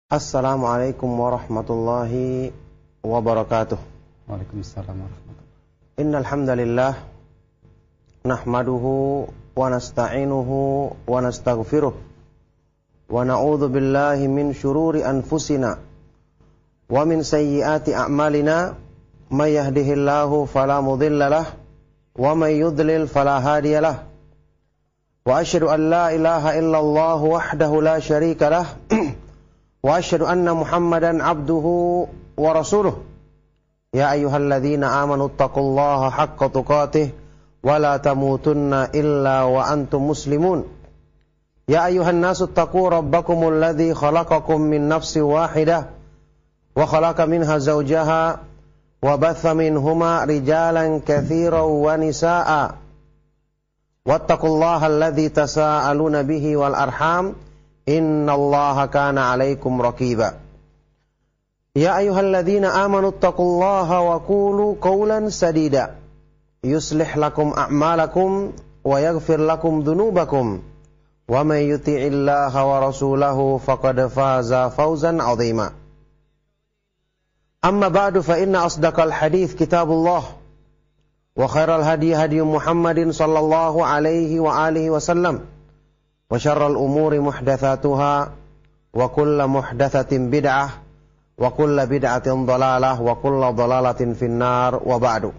Assalamualaikum warahmatullahi wabarakatuh. Waalaikumsalam warahmatullahi. Innal hamdalillah nahmaduhu wa nasta'inuhu wa nastaghfiruh wa na'udzu billahi min shururi anfusina wa min sayyiati a'malina may yahdihillahu fala mudilla lahu wa may yudlil fala hadiya lahu wa asyhadu an la ilaha illallah wahdahu la syarika lahu wa asyhadu anna Muhammadan abduhu wa rasuluh. Ya ayyuhalladzina amanu taqullaha haqqa tuqatih wa la tamutunna illa wa antum muslimun. Ya ayyuhan nasu taqu rabbakumul ladzi khalaqakum min nafsin wahidah wa khalaqa minha zawjaha wa batha minhuma rijalan katsiran wa nisaa'a. Wattaqullaha alladzi tasaaluna bihi wal arham. Innallaha kana 'alaikum raqiba. Ya ayyuhalladzina amanu taqullaha wa qulu qawlan sadida yuslih lakum a'malakum wa yaghfir lakum dhunubakum wa may yuti'illaha wa rasulahu faqad faza fawzan 'azima. Amma ba'du fa inna asdaqal hadits kitabullah wa khairal hadi hadi Muhammadin sallallahu alaihi wa alihi wasallam. Wa syarrul umuri muhdatsatuha wa kullu muhdatsatin bid'ah wa kullu bid'atin dhalalah wa kullu dhalalatin finnar wa ba'du.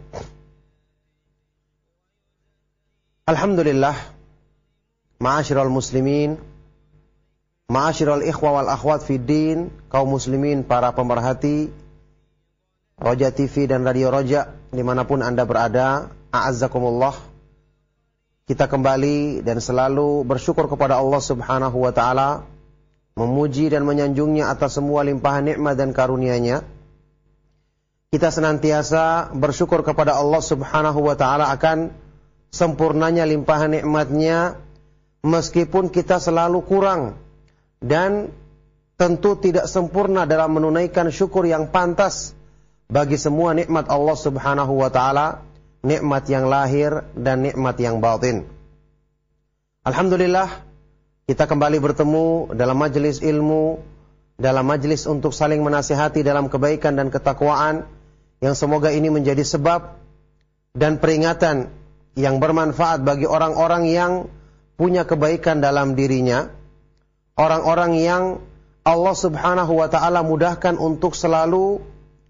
Alhamdulillah, ma'asyiral muslimin, ma'asyiral ikhwa wal akhwat fid din, kaum muslimin, para pemerhati Roja TV dan Radio Roja dimanapun Anda berada, a'azzakumullah. Kita kembali dan selalu bersyukur kepada Allah Subhanahu wa ta'ala, memuji dan menyanjungnya atas semua limpahan nikmat dan karunia-Nya. Kita senantiasa bersyukur kepada Allah Subhanahu wa ta'ala akan sempurnanya limpahan nikmat-Nya, meskipun kita selalu kurang dan tentu tidak sempurna dalam menunaikan syukur yang pantas bagi semua nikmat Allah Subhanahu wa ta'ala, nikmat yang lahir dan nikmat yang batin. Alhamdulillah, kita kembali bertemu dalam majelis ilmu, dalam majelis untuk saling menasihati dalam kebaikan dan ketakwaan, yang semoga ini menjadi sebab dan peringatan yang bermanfaat bagi orang-orang yang punya kebaikan dalam dirinya, orang-orang yang Allah Subhanahu wa ta'ala mudahkan untuk selalu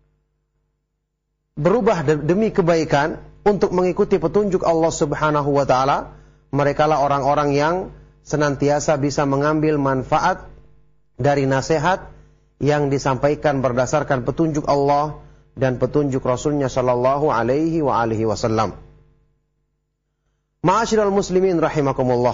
berubah demi kebaikan, untuk mengikuti petunjuk Allah Subhanahu wa ta'ala. Merekalah orang-orang yang senantiasa bisa mengambil manfaat dari nasihat yang disampaikan berdasarkan petunjuk Allah dan petunjuk Rasulnya sallallahu alaihi wa alihi wasallam. Ma'asyiral muslimin rahimakumullah.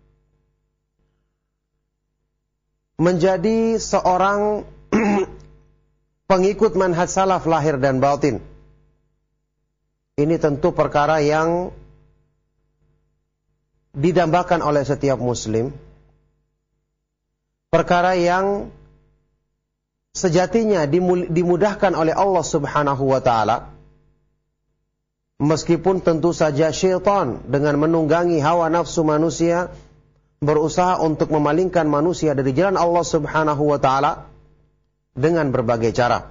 Menjadi seorang pengikut manhaj salaf lahir dan batin, ini tentu perkara yang didambakan oleh setiap muslim. Perkara yang sejatinya dimudahkan oleh Allah Subhanahu wa ta'ala. Meskipun tentu saja syaitan dengan menunggangi hawa nafsu manusia berusaha untuk memalingkan manusia dari jalan Allah Subhanahu wa ta'ala dengan berbagai cara.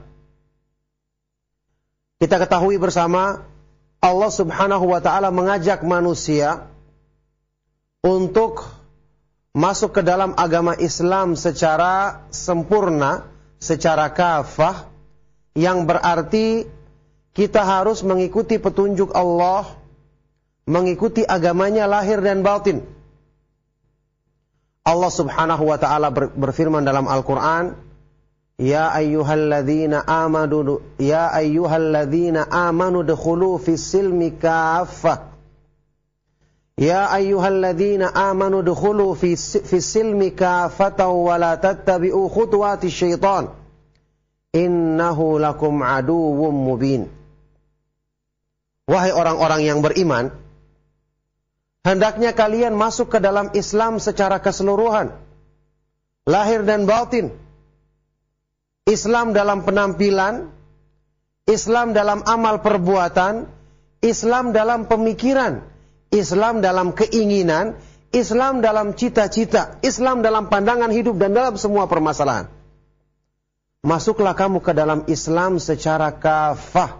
Kita ketahui bersama, Allah Subhanahu wa ta'ala mengajak manusia untuk masuk ke dalam agama Islam secara sempurna, secara kafah, yang berarti kita harus mengikuti petunjuk Allah, mengikuti agamanya lahir dan batin. Allah Subhanahu wa ta'ala berfirman dalam Al-Quran, Ya ayyuhalladzina amanu dukhulu fis silmi kaffah. Ya ayyuhalladzina amanu dukhulu fis silmi kaffatan wa la tattabi'u khutuwati syaitan. Innahu lakum aduwwum mubin. Wahai orang-orang yang beriman, hendaknya kalian masuk ke dalam Islam secara keseluruhan, lahir dan batin. Islam dalam penampilan, Islam dalam amal perbuatan, Islam dalam pemikiran, Islam dalam keinginan, Islam dalam cita-cita, Islam dalam pandangan hidup dan dalam semua permasalahan. masuklah kamu ke dalam Islam secara kafah.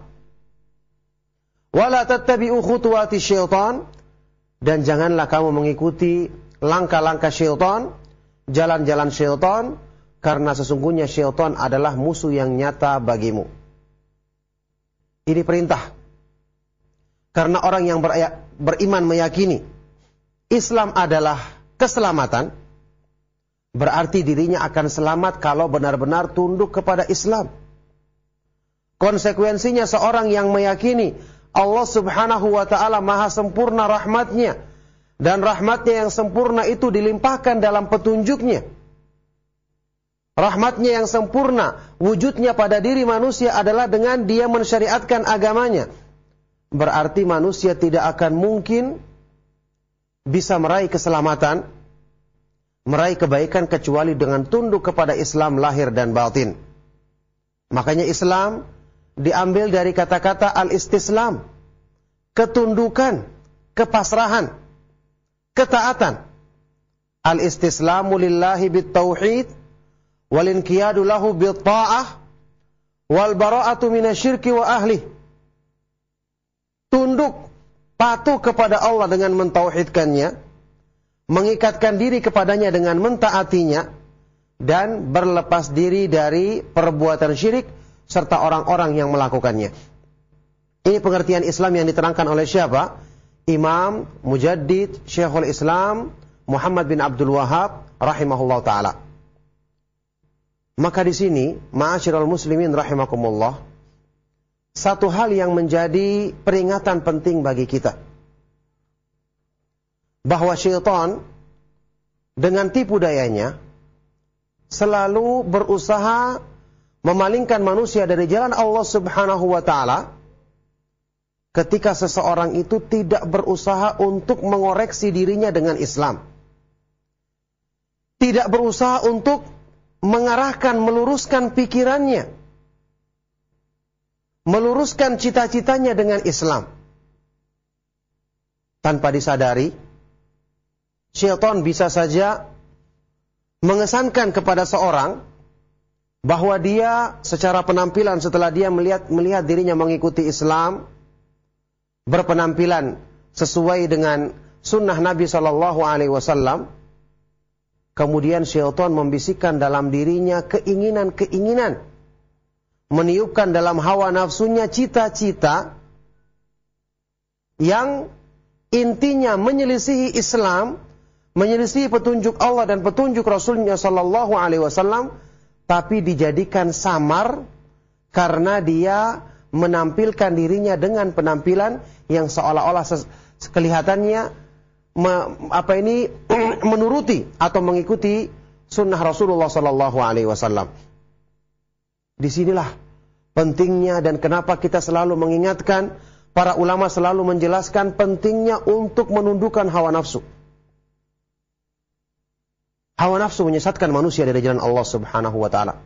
Wala tattabi'u khutuwati syaitan, dan janganlah kamu mengikuti langkah-langkah syaitan, jalan-jalan syaitan, karena sesungguhnya syaitan adalah musuh yang nyata bagimu. Ini perintah. Karena orang yang beriman meyakini Islam adalah keselamatan, berarti dirinya akan selamat kalau benar-benar tunduk kepada Islam. Konsekuensinya seorang yang meyakini Allah subhanahu wa ta'ala maha sempurna rahmatnya, dan rahmatnya yang sempurna itu dilimpahkan dalam petunjuknya. Rahmatnya yang sempurna wujudnya pada diri manusia adalah dengan dia mensyariatkan agamanya. Berarti manusia tidak akan mungkin bisa meraih keselamatan, meraih kebaikan kecuali dengan tunduk kepada Islam lahir dan batin. Makanya Islam diambil dari kata-kata al-istislam, ketundukan, kepasrahan, ketaatan. Al-istislamu lillahi bit-tauhid, wal-inqiyadu lahu bit-ta'ah, wal-bara'atu minasyirki wa ahli. Tunduk, patuh kepada Allah dengan mentauhidkannya, mengikatkan diri kepadanya dengan mentaatinya, dan berlepas diri dari perbuatan syirik serta orang-orang yang melakukannya. Ini pengertian Islam yang diterangkan oleh siapa? Imam Mujaddid Syekhul Islam Muhammad bin Abdul Wahhab rahimahullah ta'ala. Maka di sini, ma'asyiral muslimin rahimakumullah, satu hal yang menjadi peringatan penting bagi kita, bahwa syaitan dengan tipu dayanya selalu berusaha memalingkan manusia dari jalan Allah subhanahu wa ta'ala ketika seseorang itu tidak berusaha untuk mengoreksi dirinya dengan Islam. Tidak berusaha untuk mengarahkan, meluruskan pikirannya, meluruskan cita-citanya dengan Islam. Tanpa disadari, syaitan bisa saja mengesankan kepada seorang bahwa dia secara penampilan setelah dia melihat dirinya mengikuti Islam, berpenampilan sesuai dengan sunnah Nabi SAW, kemudian syaitan membisikkan dalam dirinya keinginan-keinginan, meniupkan dalam hawa nafsunya cita-cita yang intinya menyelisihi Islam, menyelisihi petunjuk Allah dan petunjuk Rasulnya sallallahu alaihi wasallam, tapi dijadikan samar karena dia menampilkan dirinya dengan penampilan yang seolah-olah kelihatannya menuruti atau mengikuti sunnah Rasulullah sallallahu alaihi wasallam. Disinilah pentingnya dan kenapa kita selalu mengingatkan, para ulama selalu menjelaskan pentingnya untuk menundukkan hawa nafsu. Hawa nafsu menyesatkan manusia dari jalan Allah subhanahu wa ta'ala.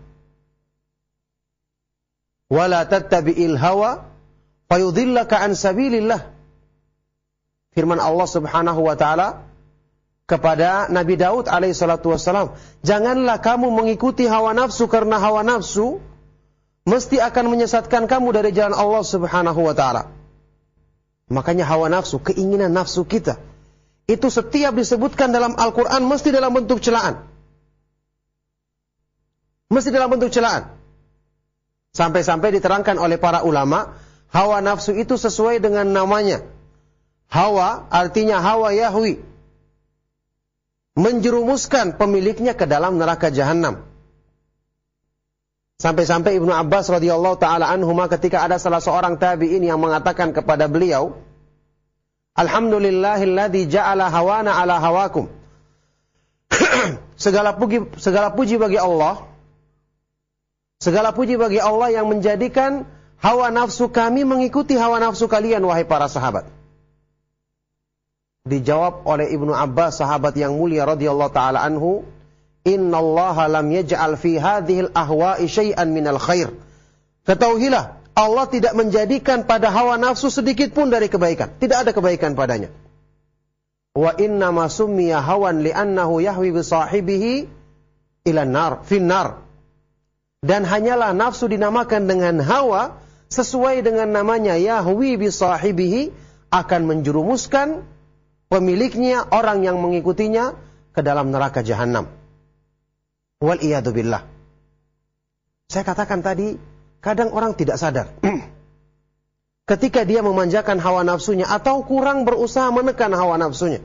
Wala tattabi'il hawa fayudhillaka an sabilillah. Firman Allah subhanahu wa ta'ala kepada Nabi Daud alaihi salatu wassalam, janganlah kamu mengikuti hawa nafsu, karena hawa nafsu mesti akan menyesatkan kamu dari jalan Allah subhanahu wa ta'ala. Makanya hawa nafsu, keinginan nafsu kita, itu setiap disebutkan dalam Al-Quran mesti dalam bentuk celaan. Mesti dalam bentuk celaan. Sampai-sampai diterangkan oleh para ulama, hawa nafsu itu sesuai dengan namanya. Hawa artinya hawa yahwi, menjerumuskan pemiliknya ke dalam neraka jahanam. Sampai-sampai Ibnu Abbas radhiyallahu ta'ala anhuma ketika ada salah seorang tabi'in yang mengatakan kepada beliau, Alhamdulillahilladzi ja'ala hawana ala hawakum. Segala puji bagi Allah. Segala puji bagi Allah yang menjadikan hawa nafsu kami mengikuti hawa nafsu kalian, wahai para sahabat. Dijawab oleh Ibnu Abbas, sahabat yang mulia radhiyallahu ta'ala anhu, Innallaha lam yaj'al fi hadhil ahwa'i syai'an minal khair. Ketahuilah, Allah tidak menjadikan pada hawa nafsu sedikit pun dari kebaikan. Tidak ada kebaikan padanya. Wa inna ma summiya hawan li'annahu yahwi bi sahibihi ilan nar, fin nar. Dan hanyalah nafsu dinamakan dengan hawa, sesuai dengan namanya yahwi bisahibihi, akan menjerumuskan pemiliknya, orang yang mengikutinya, ke dalam neraka jahanam. Wal iyadu billah. Saya katakan tadi, kadang orang tidak sadar. Ketika dia memanjakan hawa nafsunya atau kurang berusaha menekan hawa nafsunya.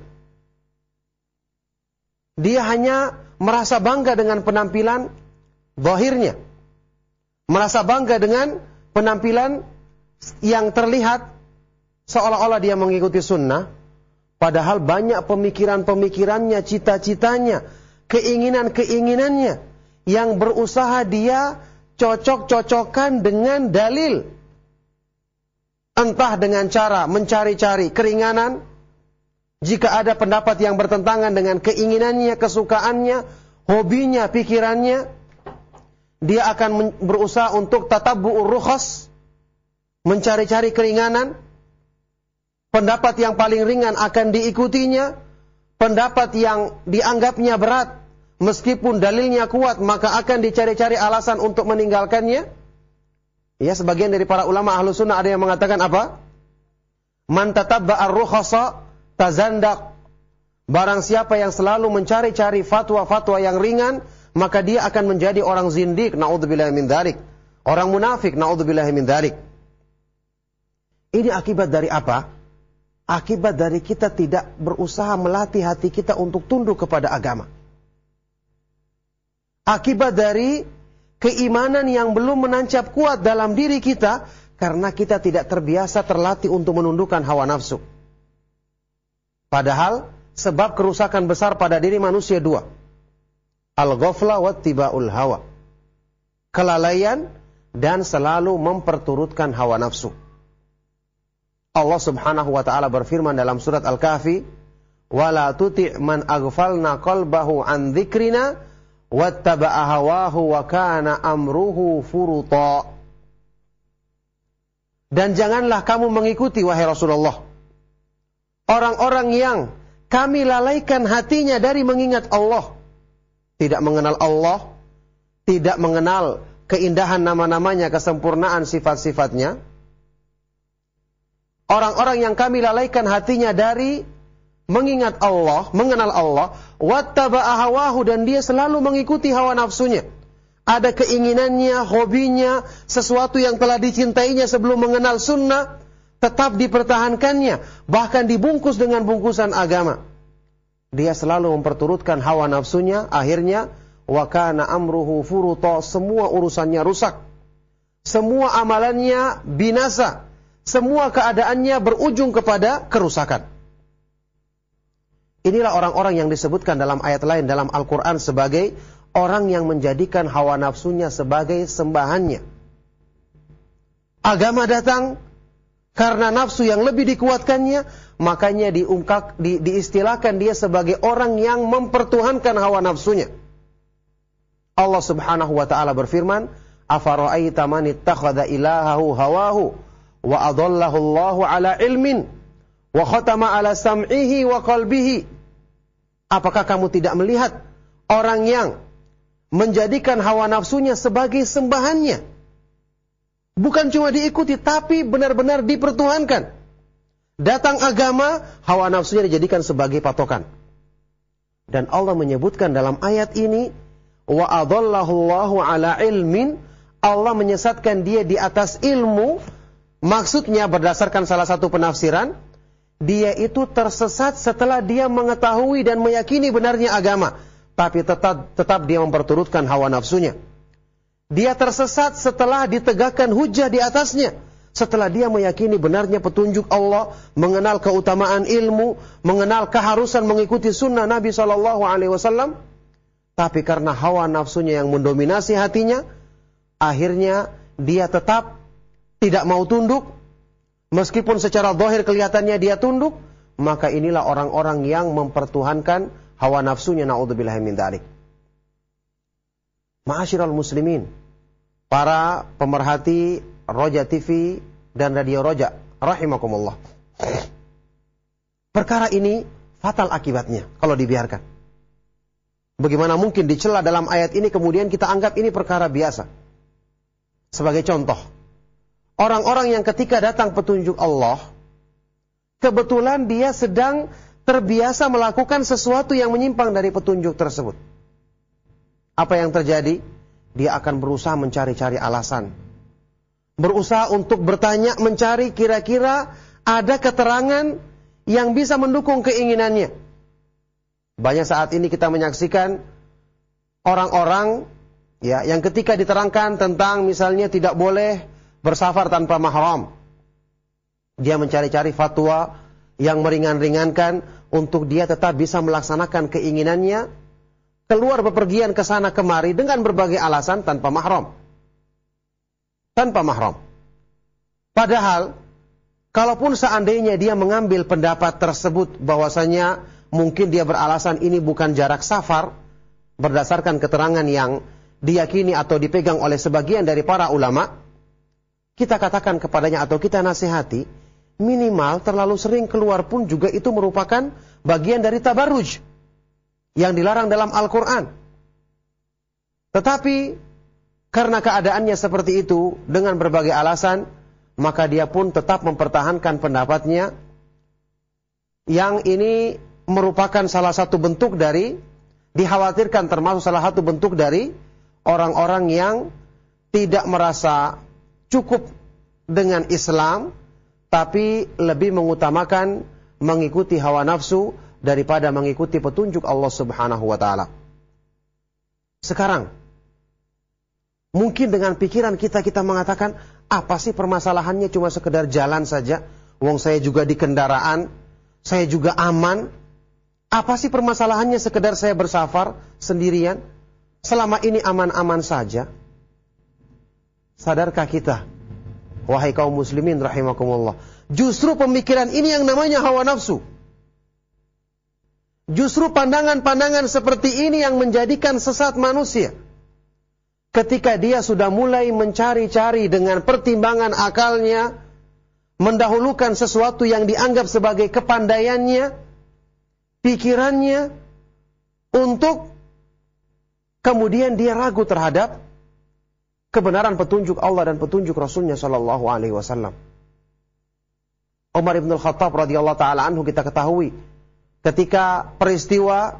Dia hanya merasa bangga dengan penampilan zahirnya. Merasa bangga dengan penampilan yang terlihat seolah-olah dia mengikuti sunnah. Padahal banyak pemikiran-pemikirannya, cita-citanya, keinginan-keinginannya yang berusaha dia cocok-cocokkan dengan dalil. Entah dengan cara mencari-cari keringanan, jika ada pendapat yang bertentangan dengan keinginannya, kesukaannya, hobinya, pikirannya, dia akan berusaha untuk tatabbu'ur rukhas, mencari-cari keringanan. Pendapat yang paling ringan akan diikutinya, pendapat yang dianggapnya berat, meskipun dalilnya kuat, maka akan dicari-cari alasan untuk meninggalkannya. Ya, sebagian dari para ulama ahlu sunnah ada yang mengatakan apa? Man tatabba'ar rukhasa tazandaq. Barang siapa yang selalu mencari-cari fatwa-fatwa yang ringan, maka dia akan menjadi orang zindik, na'udzubillahi min dzalik. Orang munafik, na'udzubillahi min dzalik. Ini akibat dari apa? Akibat dari kita tidak berusaha melatih hati kita untuk tunduk kepada agama. Akibat dari keimanan yang belum menancap kuat dalam diri kita, karena kita tidak terbiasa terlatih untuk menundukkan hawa nafsu. Padahal sebab kerusakan besar pada diri manusia dua. Al-ghafla wa tiba'ul hawa. Kelalaian dan selalu memperturutkan hawa nafsu. Allah Subhanahu wa taala berfirman dalam surat Al-Kahfi, "Wala tuti' man aghfalna qalbahu an dzikrina wattaba'a hawahu wa kana amruhu furuta." Dan janganlah kamu mengikuti, wahai Rasulullah, orang-orang yang kami lalaikan hatinya dari mengingat Allah. Tidak mengenal Allah, tidak mengenal keindahan nama-namanya, kesempurnaan sifat-sifatnya. Orang-orang yang kami lalaikan hatinya dari mengingat Allah, mengenal Allah, wattaba'a hawahu, dan dia selalu mengikuti hawa nafsunya. Ada keinginannya, hobinya, sesuatu yang telah dicintainya sebelum mengenal sunnah, tetap dipertahankannya, bahkan dibungkus dengan bungkusan agama. Dia selalu memperturutkan hawa nafsunya, akhirnya wa kana amruhu furuta, semua urusannya rusak. Semua amalannya binasa. Semua keadaannya berujung kepada kerusakan. Inilah orang-orang yang disebutkan dalam ayat lain dalam Al-Quran sebagai orang yang menjadikan hawa nafsunya sebagai sembahannya. Agama datang karena nafsu yang lebih dikuatkannya, makanya diistilahkan dia sebagai orang yang mempertuhankan hawa nafsunya. Allah Subhanahu wa taala berfirman, "Afara'aita man ittakhadha ilahahu hawahu wa adallahu Allahu ala ilmin wa khatama ala sam'ihi wa qalbihi." Apakah kamu tidak melihat orang yang menjadikan hawa nafsunya sebagai sembahannya? Bukan cuma diikuti, tapi benar-benar dipertuhankan. Datang agama, hawa nafsunya dijadikan sebagai patokan. Dan Allah menyebutkan dalam ayat ini, wa adallahu Allahu ala ilmin, Allah menyesatkan dia di atas ilmu. Maksudnya berdasarkan salah satu penafsiran, dia itu tersesat setelah dia mengetahui dan meyakini benarnya agama, tapi tetap dia memperturutkan hawa nafsunya. Dia tersesat setelah ditegakkan hujah di atasnya, setelah dia meyakini benarnya petunjuk Allah, mengenal keutamaan ilmu, mengenal keharusan mengikuti sunnah Nabi SAW, tapi karena hawa nafsunya yang mendominasi hatinya, akhirnya dia tetap tidak mau tunduk, meskipun secara zahir kelihatannya dia tunduk, maka inilah orang-orang yang mempertuhankan hawa nafsunya, na'udzubillahi min dzalik. Ma'asyiral muslimin, para pemerhati Roja TV dan Radio Roja, rahimakumullah. Perkara ini fatal akibatnya kalau dibiarkan. Bagaimana mungkin dicela dalam ayat ini kemudian kita anggap ini perkara biasa? Sebagai contoh, orang-orang yang ketika datang petunjuk Allah, kebetulan dia sedang terbiasa melakukan sesuatu yang menyimpang dari petunjuk tersebut. Apa yang terjadi? Dia akan berusaha mencari-cari alasan. Berusaha untuk bertanya, mencari kira-kira ada keterangan yang bisa mendukung keinginannya. Banyak saat ini kita menyaksikan orang-orang ya yang ketika diterangkan tentang misalnya tidak boleh bersafar tanpa mahram, dia mencari-cari fatwa yang meringan-ringankan untuk dia tetap bisa melaksanakan keinginannya, keluar bepergian ke sana kemari dengan berbagai alasan tanpa mahram. Tanpa mahram. Padahal kalaupun seandainya dia mengambil pendapat tersebut bahwasanya mungkin dia beralasan ini bukan jarak safar berdasarkan keterangan yang diyakini atau dipegang oleh sebagian dari para ulama, kita katakan kepadanya atau kita nasihati, minimal terlalu sering keluar pun juga itu merupakan bagian dari tabarruj yang dilarang dalam Al-Quran. Tetapi karena keadaannya seperti itu dengan berbagai alasan, maka dia pun tetap mempertahankan pendapatnya yang ini merupakan salah satu bentuk dari, dikhawatirkan termasuk salah satu bentuk dari orang-orang yang tidak merasa cukup dengan Islam, tapi lebih mengutamakan mengikuti hawa nafsu daripada mengikuti petunjuk Allah Subhanahu wa Ta'ala. Sekarang, mungkin dengan pikiran kita mengatakan, apa sih permasalahannya, cuma sekedar jalan saja, wong saya juga di kendaraan, saya juga aman. Apa sih permasalahannya sekedar saya bersafar sendirian? Selama ini aman-aman saja. Sadarkah kita, wahai kaum muslimin rahimakumullah, justru pemikiran ini yang namanya hawa nafsu. Justru pandangan-pandangan seperti ini yang menjadikan sesat manusia. Ketika dia sudah mulai mencari-cari dengan pertimbangan akalnya, mendahulukan sesuatu yang dianggap sebagai kepandaiannya, pikirannya, untuk kemudian dia ragu terhadap kebenaran petunjuk Allah dan petunjuk Rasulnya Shallallahu Alaihi Wasallam. Umar ibn al-Khattab radhiyallahu taala anhu kita ketahui ketika peristiwa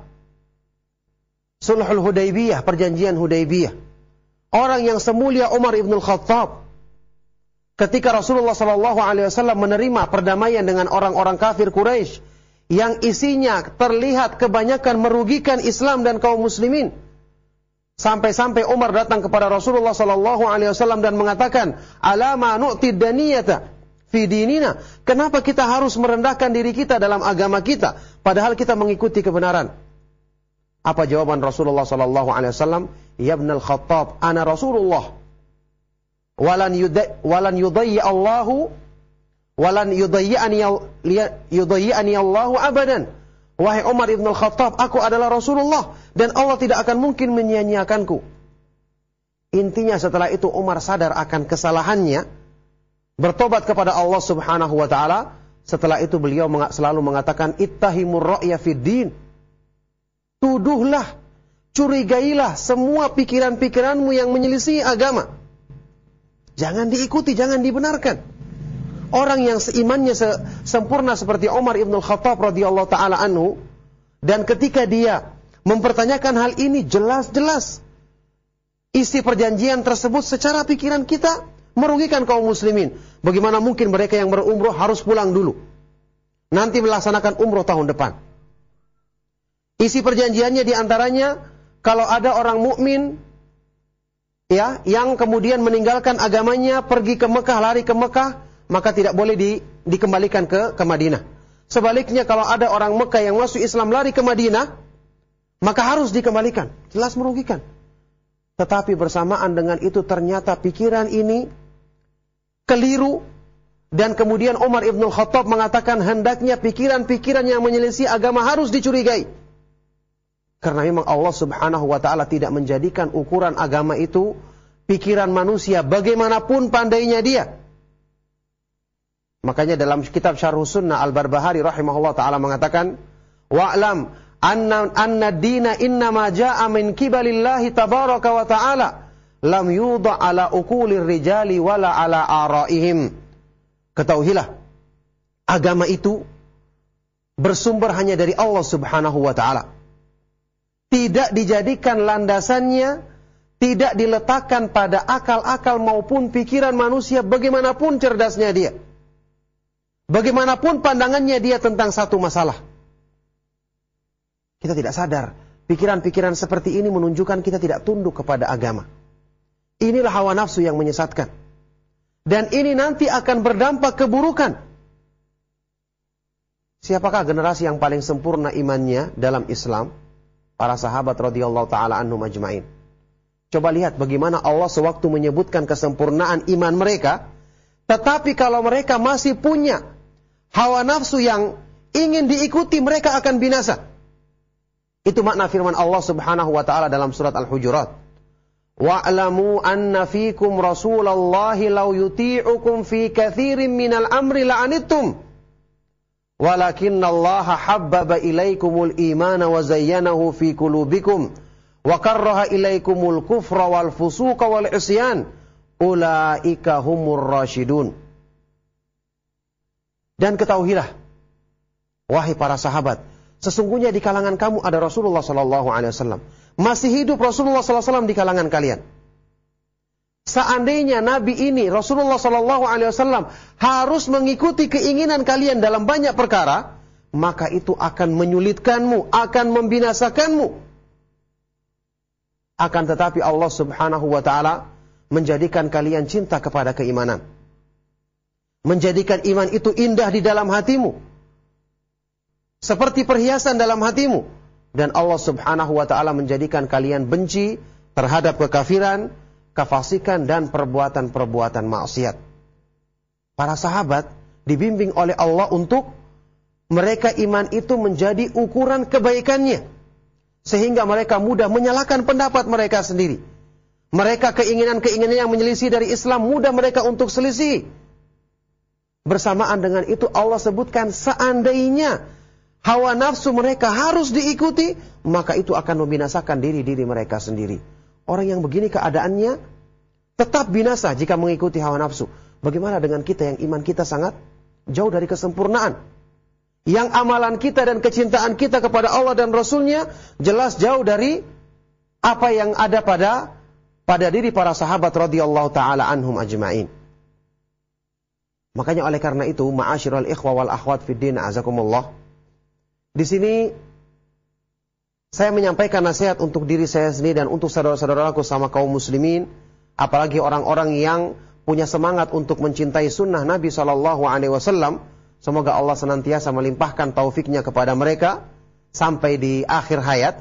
Sulhul Hudaybiyah, perjanjian Hudaybiyah, orang yang semulia Umar ibn al-Khattab, ketika Rasulullah Shallallahu Alaihi Wasallam menerima perdamaian dengan orang-orang kafir Quraisy yang isinya terlihat kebanyakan merugikan Islam dan kaum muslimin, sampai-sampai Umar datang kepada Rasulullah sallallahu alaihi wasallam dan mengatakan, "Alama nu'tid daniyata fi dinina?" Kenapa kita harus merendahkan diri kita dalam agama kita padahal kita mengikuti kebenaran? Apa jawaban Rasulullah sallallahu alaihi wasallam? "Ya ibnal Khattab, ana Rasulullah. Walan yudayyi Allahu walan yudayyi'ani Allahu abadan." Wahai Umar ibn al-Khattab, aku adalah Rasulullah dan Allah tidak akan mungkin menyia-nyiakanku. Intinya setelah itu Umar sadar akan kesalahannya, bertobat kepada Allah Subhanahu wa taala. Setelah itu beliau selalu mengatakan, ittahimur ra'ya fid din. Tuduhlah, curigailah semua pikiran-pikiranmu yang menyelisih agama. Jangan diikuti, jangan dibenarkan. Orang yang seimannya sempurna seperti Umar ibn al-Khattab radhiyallahu ta'ala anhu, dan ketika dia mempertanyakan hal ini, jelas-jelas isi perjanjian tersebut secara pikiran kita merugikan kaum muslimin. Bagaimana mungkin mereka yang berumroh harus pulang dulu, nanti melaksanakan umroh tahun depan? Isi perjanjiannya diantaranya, kalau ada orang mukmin ya yang kemudian meninggalkan agamanya, pergi ke Mekah, lari ke Mekah, maka tidak boleh dikembalikan ke Madinah. Sebaliknya kalau ada orang Mekah yang masuk Islam lari ke Madinah, maka harus dikembalikan. Jelas merugikan. Tetapi bersamaan dengan itu ternyata pikiran ini keliru, dan kemudian Umar ibn al-Khattab mengatakan hendaknya pikiran-pikiran yang menyelisih agama harus dicurigai. Karena memang Allah Subhanahu wa ta'ala tidak menjadikan ukuran agama itu pikiran manusia bagaimanapun pandainya dia. Makanya dalam kitab Syarh Sunnah Al-Barbahari rahimahullah ta'ala mengatakan, wa'lam anna dina innama ja'a min kibalillahi tabaraka wa ta'ala lam yudha' ala uqulir rijali wala ala araihim. Ketahuilah, agama itu bersumber hanya dari Allah Subhanahu wa taala. Tidak dijadikan landasannya, tidak diletakkan pada akal-akal maupun pikiran manusia bagaimanapun cerdasnya dia. Bagaimanapun pandangannya dia tentang satu masalah. Kita tidak sadar, pikiran-pikiran seperti ini menunjukkan kita tidak tunduk kepada agama. Inilah hawa nafsu yang menyesatkan. Dan ini nanti akan berdampak keburukan. Siapakah generasi yang paling sempurna imannya dalam Islam? Para sahabat radhiyallahu ta'ala anhum ajma'in. Coba lihat bagaimana Allah sewaktu menyebutkan kesempurnaan iman mereka. Tetapi kalau mereka masih punya hawa nafsu yang ingin diikuti, mereka akan binasa. Itu makna firman Allah Subhanahu wa ta'ala dalam surat Al-Hujurat. Wa'lamu anna fikum rasulallahi law yuti'ukum fi katsirin minal amri la'anittum. Walakinnallaha habbaba ilaikumul imana wa zayyanahu fi qulubikum wa karraha ilaikumul kufra wal fusuqa wal isyan. Ulaika humur rasyidun. Dan ketahuilah, wahai para sahabat, sesungguhnya di kalangan kamu ada Rasulullah sallallahu alaihi wasallam. Masih hidup Rasulullah sallallahu alaihi wasallam di kalangan kalian. Seandainya Nabi ini, Rasulullah sallallahu alaihi wasallam, harus mengikuti keinginan kalian dalam banyak perkara, maka itu akan menyulitkanmu, akan membinasakanmu. Akan tetapi Allah Subhanahu wa taala menjadikan kalian cinta kepada keimanan. Menjadikan iman itu indah di dalam hatimu. Seperti perhiasan dalam hatimu. Dan Allah Subhanahu wa ta'ala menjadikan kalian benci terhadap kekafiran, kefasikan, dan perbuatan-perbuatan maksiat. Para sahabat dibimbing oleh Allah untuk mereka iman itu menjadi ukuran kebaikannya. Sehingga mereka mudah menyalahkan pendapat mereka sendiri. Mereka keinginan-keinginan yang menyelisih dari Islam mudah mereka untuk selisih. Bersamaan dengan itu Allah sebutkan seandainya hawa nafsu mereka harus diikuti, maka itu akan membinasakan diri-diri mereka sendiri. Orang yang begini keadaannya tetap binasa jika mengikuti hawa nafsu. Bagaimana dengan kita yang iman kita sangat jauh dari kesempurnaan? Yang amalan kita dan kecintaan kita kepada Allah dan Rasulnya jelas jauh dari apa yang ada pada diri para sahabat radhiyallahu ta'ala anhum ajma'in. Makanya oleh karena itu, ma'asyiral ikhwa wal akhwat fid din, azakumullah. Di sini saya menyampaikan nasihat untuk diri saya sendiri dan untuk saudara-saudaraku sama kaum muslimin, apalagi orang-orang yang punya semangat untuk mencintai sunnah Nabi SAW. Semoga Allah senantiasa melimpahkan taufiknya kepada mereka sampai di akhir hayat.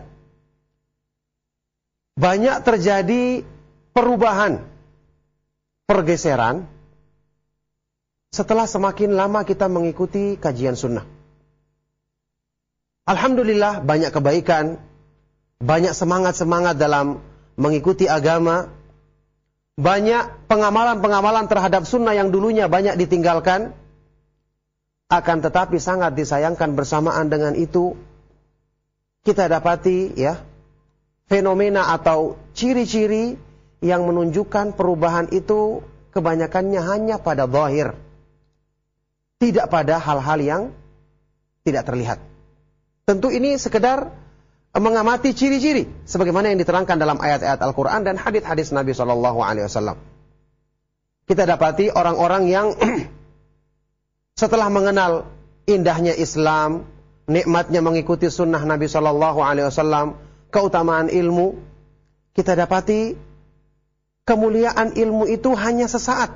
Banyak terjadi perubahan, pergeseran setelah semakin lama kita mengikuti kajian sunnah. Alhamdulillah banyak kebaikan, banyak semangat-semangat dalam mengikuti agama, banyak pengamalan-pengamalan terhadap sunnah yang dulunya banyak ditinggalkan. Akan tetapi sangat disayangkan bersamaan dengan itu, kita dapati ya fenomena atau ciri-ciri yang menunjukkan perubahan itu kebanyakannya hanya pada zahir, tidak pada hal-hal yang tidak terlihat. Tentu ini sekedar mengamati ciri-ciri sebagaimana yang diterangkan dalam ayat-ayat Al-Quran dan hadis-hadis Nabi SAW. Kita dapati orang-orang yang setelah mengenal indahnya Islam, nikmatnya mengikuti sunnah Nabi SAW, keutamaan ilmu, kita dapati kemuliaan ilmu itu hanya sesaat.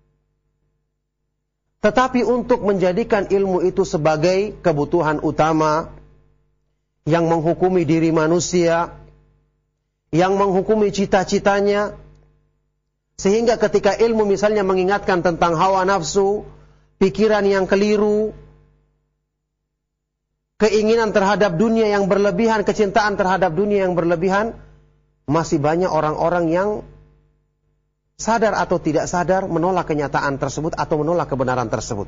Tetapi untuk menjadikan ilmu itu sebagai kebutuhan utama yang menghukumi diri manusia, yang menghukumi cita-citanya, sehingga ketika ilmu misalnya mengingatkan tentang hawa nafsu, pikiran yang keliru, keinginan terhadap dunia yang berlebihan, kecintaan terhadap dunia yang berlebihan, masih banyak orang-orang yang sadar atau tidak sadar menolak kenyataan tersebut atau menolak kebenaran tersebut.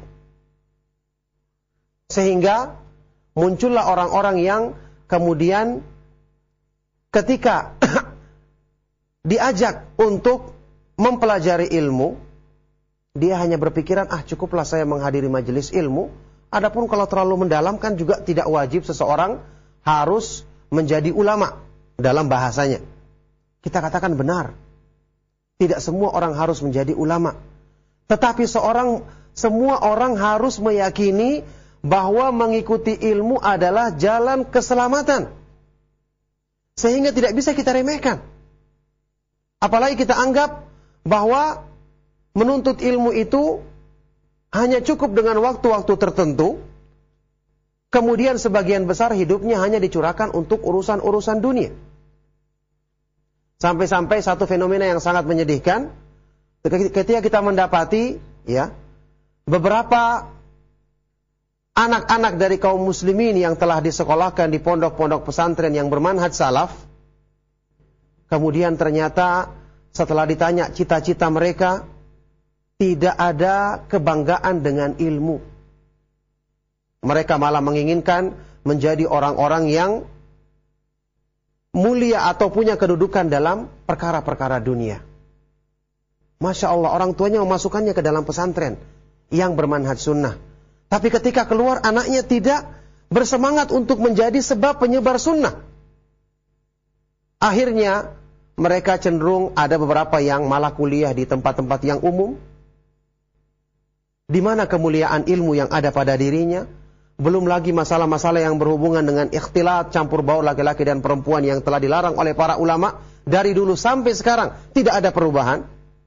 Sehingga muncullah orang-orang yang kemudian ketika diajak untuk mempelajari ilmu, dia hanya berpikiran, cukuplah saya menghadiri majelis ilmu. Adapun kalau terlalu mendalam kan juga tidak wajib seseorang harus menjadi ulama dalam bahasanya. Kita katakan benar. Tidak semua orang harus menjadi ulama. Tetapi semua orang harus meyakini bahwa mengikuti ilmu adalah jalan keselamatan. Sehingga tidak bisa kita remehkan. Apalagi kita anggap bahwa menuntut ilmu itu hanya cukup dengan waktu-waktu tertentu. Kemudian sebagian besar hidupnya hanya dicurahkan untuk urusan-urusan dunia. Sampai-sampai satu fenomena yang sangat menyedihkan, ketika kita mendapati beberapa anak-anak dari kaum muslimin yang telah disekolahkan di pondok-pondok pesantren yang bermanhaj salaf, kemudian ternyata setelah ditanya cita-cita mereka, tidak ada kebanggaan dengan ilmu. Mereka malah menginginkan menjadi orang-orang yang mulia atau punya kedudukan dalam perkara-perkara dunia. Masya Allah, orang tuanya memasukkannya ke dalam pesantren yang bermanhaj sunnah. Tapi ketika keluar, anaknya tidak bersemangat untuk menjadi sebab penyebar sunnah. Akhirnya, mereka cenderung ada beberapa yang malah kuliah di tempat-tempat yang umum. Di mana kemuliaan ilmu yang ada pada dirinya. Belum lagi masalah-masalah yang berhubungan dengan ikhtilat, campur baur laki-laki dan perempuan yang telah dilarang oleh para ulama. Dari dulu sampai sekarang tidak ada perubahan.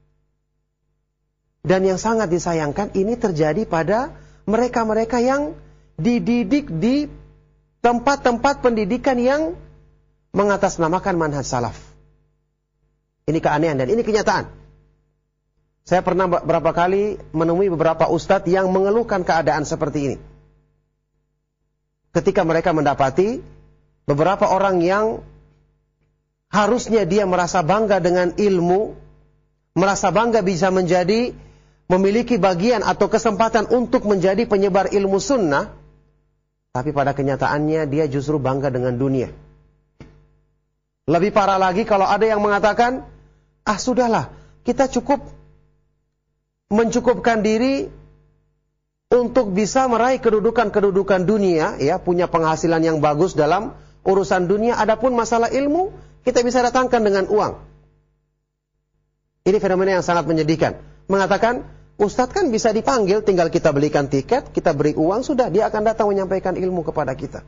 Dan yang sangat disayangkan ini terjadi pada mereka-mereka yang dididik di tempat-tempat pendidikan yang mengatasnamakan manhaj salaf. Ini keanehan dan ini kenyataan. Saya pernah beberapa kali menemui beberapa ustadz yang mengeluhkan keadaan seperti ini. Ketika mereka mendapati beberapa orang yang harusnya dia merasa bangga dengan ilmu, merasa bangga bisa memiliki bagian atau kesempatan untuk menjadi penyebar ilmu sunnah, tapi pada kenyataannya dia justru bangga dengan dunia. Lebih parah lagi kalau ada yang mengatakan, sudahlah, kita mencukupkan diri untuk bisa meraih kedudukan dunia, punya penghasilan yang bagus dalam urusan dunia. Adapun masalah ilmu, kita bisa datangkan dengan uang. Ini fenomena yang sangat menyedihkan. Mengatakan, ustadz kan bisa dipanggil, tinggal kita belikan tiket, kita beri uang, sudah dia akan datang menyampaikan ilmu kepada kita.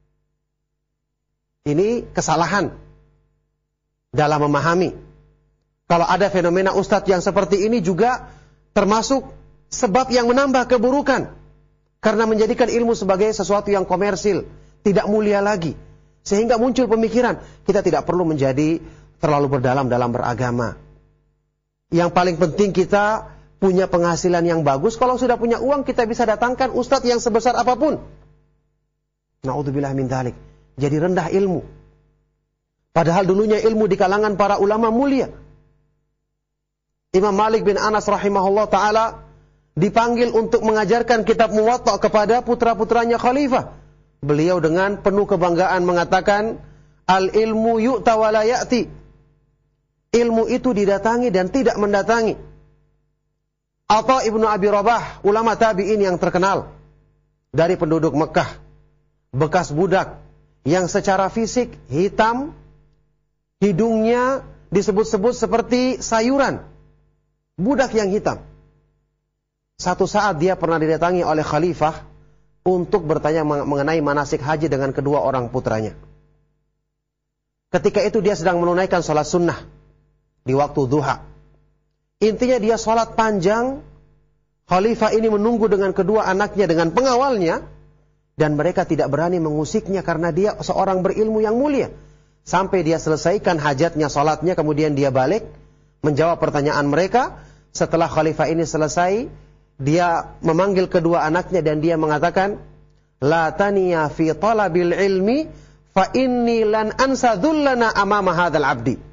Ini kesalahan dalam memahami. Kalau ada fenomena ustadz yang seperti ini juga termasuk sebab yang menambah keburukan. Karena menjadikan ilmu sebagai sesuatu yang komersil, tidak mulia lagi. Sehingga muncul pemikiran, kita tidak perlu menjadi terlalu berdalam dalam beragama. Yang paling penting kita punya penghasilan yang bagus. Kalau sudah punya uang, kita bisa datangkan ustadz yang sebesar apapun. Na'udzubillah min dzalik. Jadi rendah ilmu. Padahal dulunya ilmu di kalangan para ulama mulia. Imam Malik bin Anas rahimahullah ta'ala dipanggil untuk mengajarkan kitab Muwatta kepada putra-putranya khalifah. Beliau dengan penuh kebanggaan mengatakan, al-ilmu yu'ta wa la ya'ti. Ilmu itu didatangi dan tidak mendatangi. Atha ibnu Abi Rabah, ulama tabi'in yang terkenal dari penduduk Mekah, bekas budak yang secara fisik hitam, hidungnya disebut-sebut seperti sayuran, budak yang hitam. Satu saat dia pernah didatangi oleh khalifah untuk bertanya mengenai manasik haji dengan kedua orang putranya. Ketika itu dia sedang menunaikan sholat sunnah di waktu duha. Intinya dia sholat panjang. Khalifah ini menunggu dengan kedua anaknya dengan pengawalnya. Dan mereka tidak berani mengusiknya karena dia seorang berilmu yang mulia. Sampai dia selesaikan hajatnya, sholatnya, kemudian dia balik menjawab pertanyaan mereka. Setelah khalifah ini selesai, dia memanggil kedua anaknya dan dia mengatakan, la taniya fi talabil ilmi fa inni lan ansa dhullana amama hadzal abdi.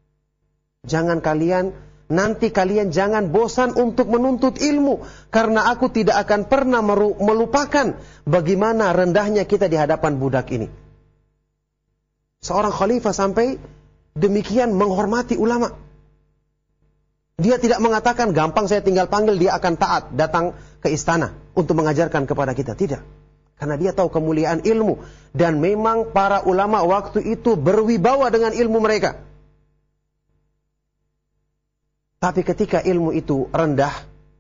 Nanti kalian jangan bosan untuk menuntut ilmu, karena aku tidak akan pernah melupakan bagaimana rendahnya kita di hadapan budak ini. Seorang khalifah sampai demikian menghormati ulama. Dia tidak mengatakan gampang saya tinggal panggil dia akan taat datang ke istana untuk mengajarkan kepada kita. Tidak. Karena dia tahu kemuliaan ilmu. Dan memang para ulama waktu itu berwibawa dengan ilmu mereka. Tapi ketika ilmu itu rendah,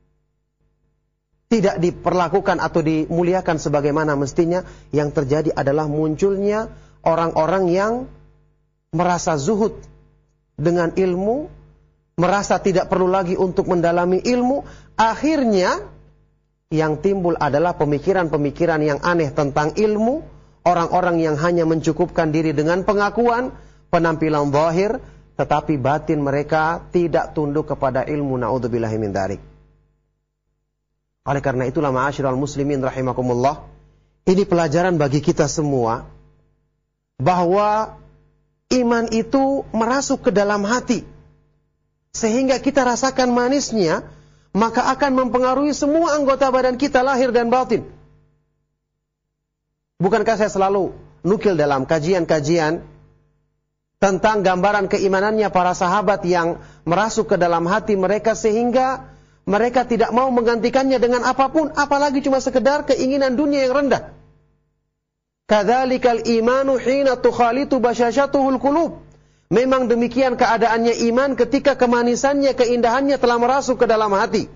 tidak diperlakukan atau dimuliakan sebagaimana mestinya, yang terjadi adalah munculnya orang-orang yang merasa zuhud dengan ilmu, merasa tidak perlu lagi untuk mendalami ilmu. Akhirnya yang timbul adalah pemikiran-pemikiran yang aneh tentang ilmu, orang-orang yang hanya mencukupkan diri dengan pengakuan, penampilan zahir, tetapi batin mereka tidak tunduk kepada ilmu. Na'udzubillahi min dzalik. Oleh karena itulah ma'asyiral muslimin rahimakumullah, ini pelajaran bagi kita semua bahwa iman itu merasuk ke dalam hati sehingga kita rasakan manisnya, maka akan mempengaruhi semua anggota badan kita lahir dan batin. Bukankah saya selalu nukil dalam kajian-kajian tentang gambaran keimanannya para sahabat yang merasuk ke dalam hati mereka sehingga mereka tidak mau menggantikannya dengan apapun, apalagi cuma sekedar keinginan dunia yang rendah. Kadzalikal imanu hina tukhalitu basyashatuhul qulub. Memang demikian keadaannya iman ketika kemanisannya, keindahannya telah merasuk ke dalam hati.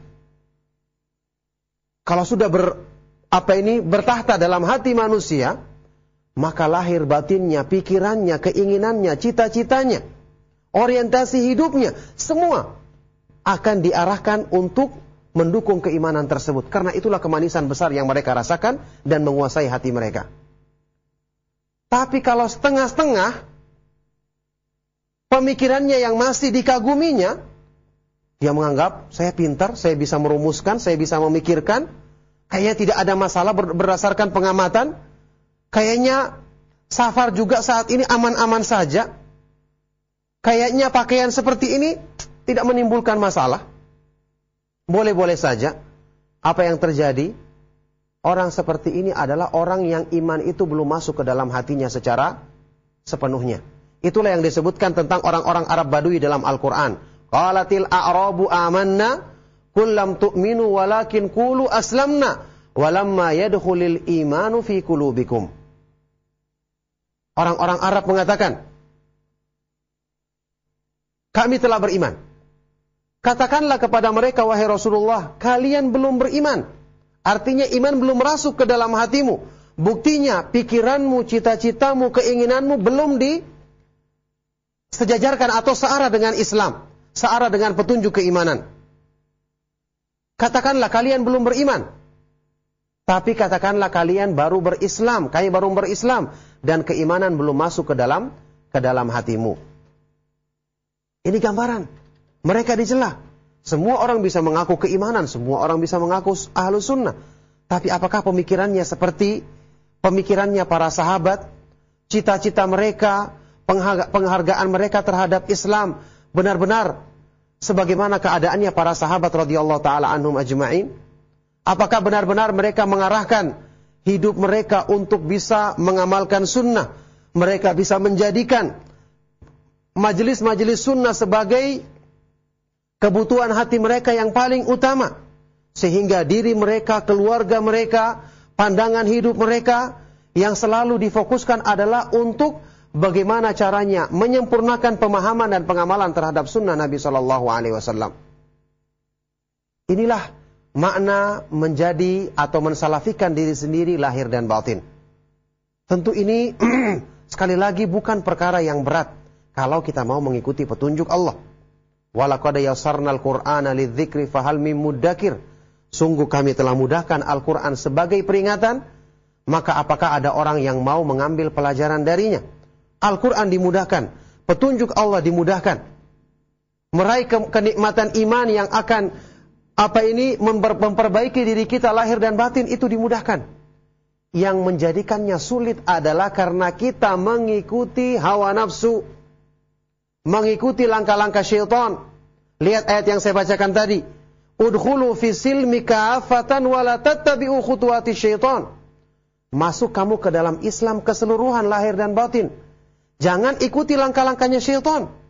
Kalau sudah bertahta dalam hati manusia, maka lahir batinnya, pikirannya, keinginannya, cita-citanya, orientasi hidupnya, semua akan diarahkan untuk mendukung keimanan tersebut. Karena itulah kemanisan besar yang mereka rasakan dan menguasai hati mereka. Tapi kalau setengah-setengah, pemikirannya yang masih dikaguminya, dia menganggap saya pintar, saya bisa merumuskan, saya bisa memikirkan, kayaknya tidak ada masalah berdasarkan pengamatan, kayaknya safar juga saat ini aman-aman saja, kayaknya pakaian seperti ini tidak menimbulkan masalah, boleh-boleh saja. Apa yang terjadi? Orang seperti ini adalah orang yang iman itu belum masuk ke dalam hatinya secara sepenuhnya. Itulah yang disebutkan tentang orang-orang Arab Badui dalam Al-Quran. Qalatil a'rabu amanna, qul lam tu'minu walakin qulu aslamna, walamma yadkhulil imanu fi qulubikum. Orang-orang Arab mengatakan, kami telah beriman. Katakanlah kepada mereka, wahai Rasulullah, kalian belum beriman. Artinya iman belum merasuk ke dalam hatimu. Buktinya pikiranmu, cita-citamu, keinginanmu belum sejajarkan atau searah dengan Islam, searah dengan petunjuk keimanan. Katakanlah kalian belum beriman, tapi katakanlah kalian baru berislam, kami baru berislam, dan keimanan belum masuk ke dalam hatimu. Ini gambaran. Mereka dicela. Semua orang bisa mengaku keimanan, semua orang bisa mengaku ahlus sunnah. Tapi apakah pemikirannya seperti pemikirannya para sahabat? Cita-cita mereka, penghargaan mereka terhadap Islam benar-benar sebagaimana keadaannya para sahabat radhiyallahu taala anhum ajma'in? Apakah benar-benar mereka mengarahkan hidup mereka untuk bisa mengamalkan sunnah? Mereka bisa menjadikan majelis-majelis sunnah sebagai kebutuhan hati mereka yang paling utama, sehingga diri mereka, keluarga mereka, pandangan hidup mereka yang selalu difokuskan adalah untuk bagaimana caranya menyempurnakan pemahaman dan pengamalan terhadap sunnah Nabi SAW. Inilah makna menjadi atau mensalafikan diri sendiri lahir dan batin. Tentu ini sekali lagi bukan perkara yang berat kalau kita mau mengikuti petunjuk Allah. Walaqad yassarnal Qur'ana lidzikri fahal mim muddakir. Sungguh kami telah mudahkan Al-Quran sebagai peringatan, maka apakah ada orang yang mau mengambil pelajaran darinya? Al-Quran dimudahkan, petunjuk Allah dimudahkan. Meraih kenikmatan iman yang akan memperbaiki diri kita lahir dan batin itu dimudahkan. Yang menjadikannya sulit adalah karena kita mengikuti hawa nafsu, mengikuti langkah-langkah syaitan. Lihat ayat yang saya bacakan tadi. Udkhulu fi silmi ka'afatan wa la tattabi'u khutuwati syaitan. Masuk kamu ke dalam Islam keseluruhan lahir dan batin. Jangan ikuti langkah-langkahnya syaitan.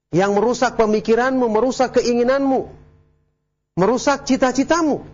yang merusak pemikiranmu, merusak keinginanmu, merusak cita-citamu.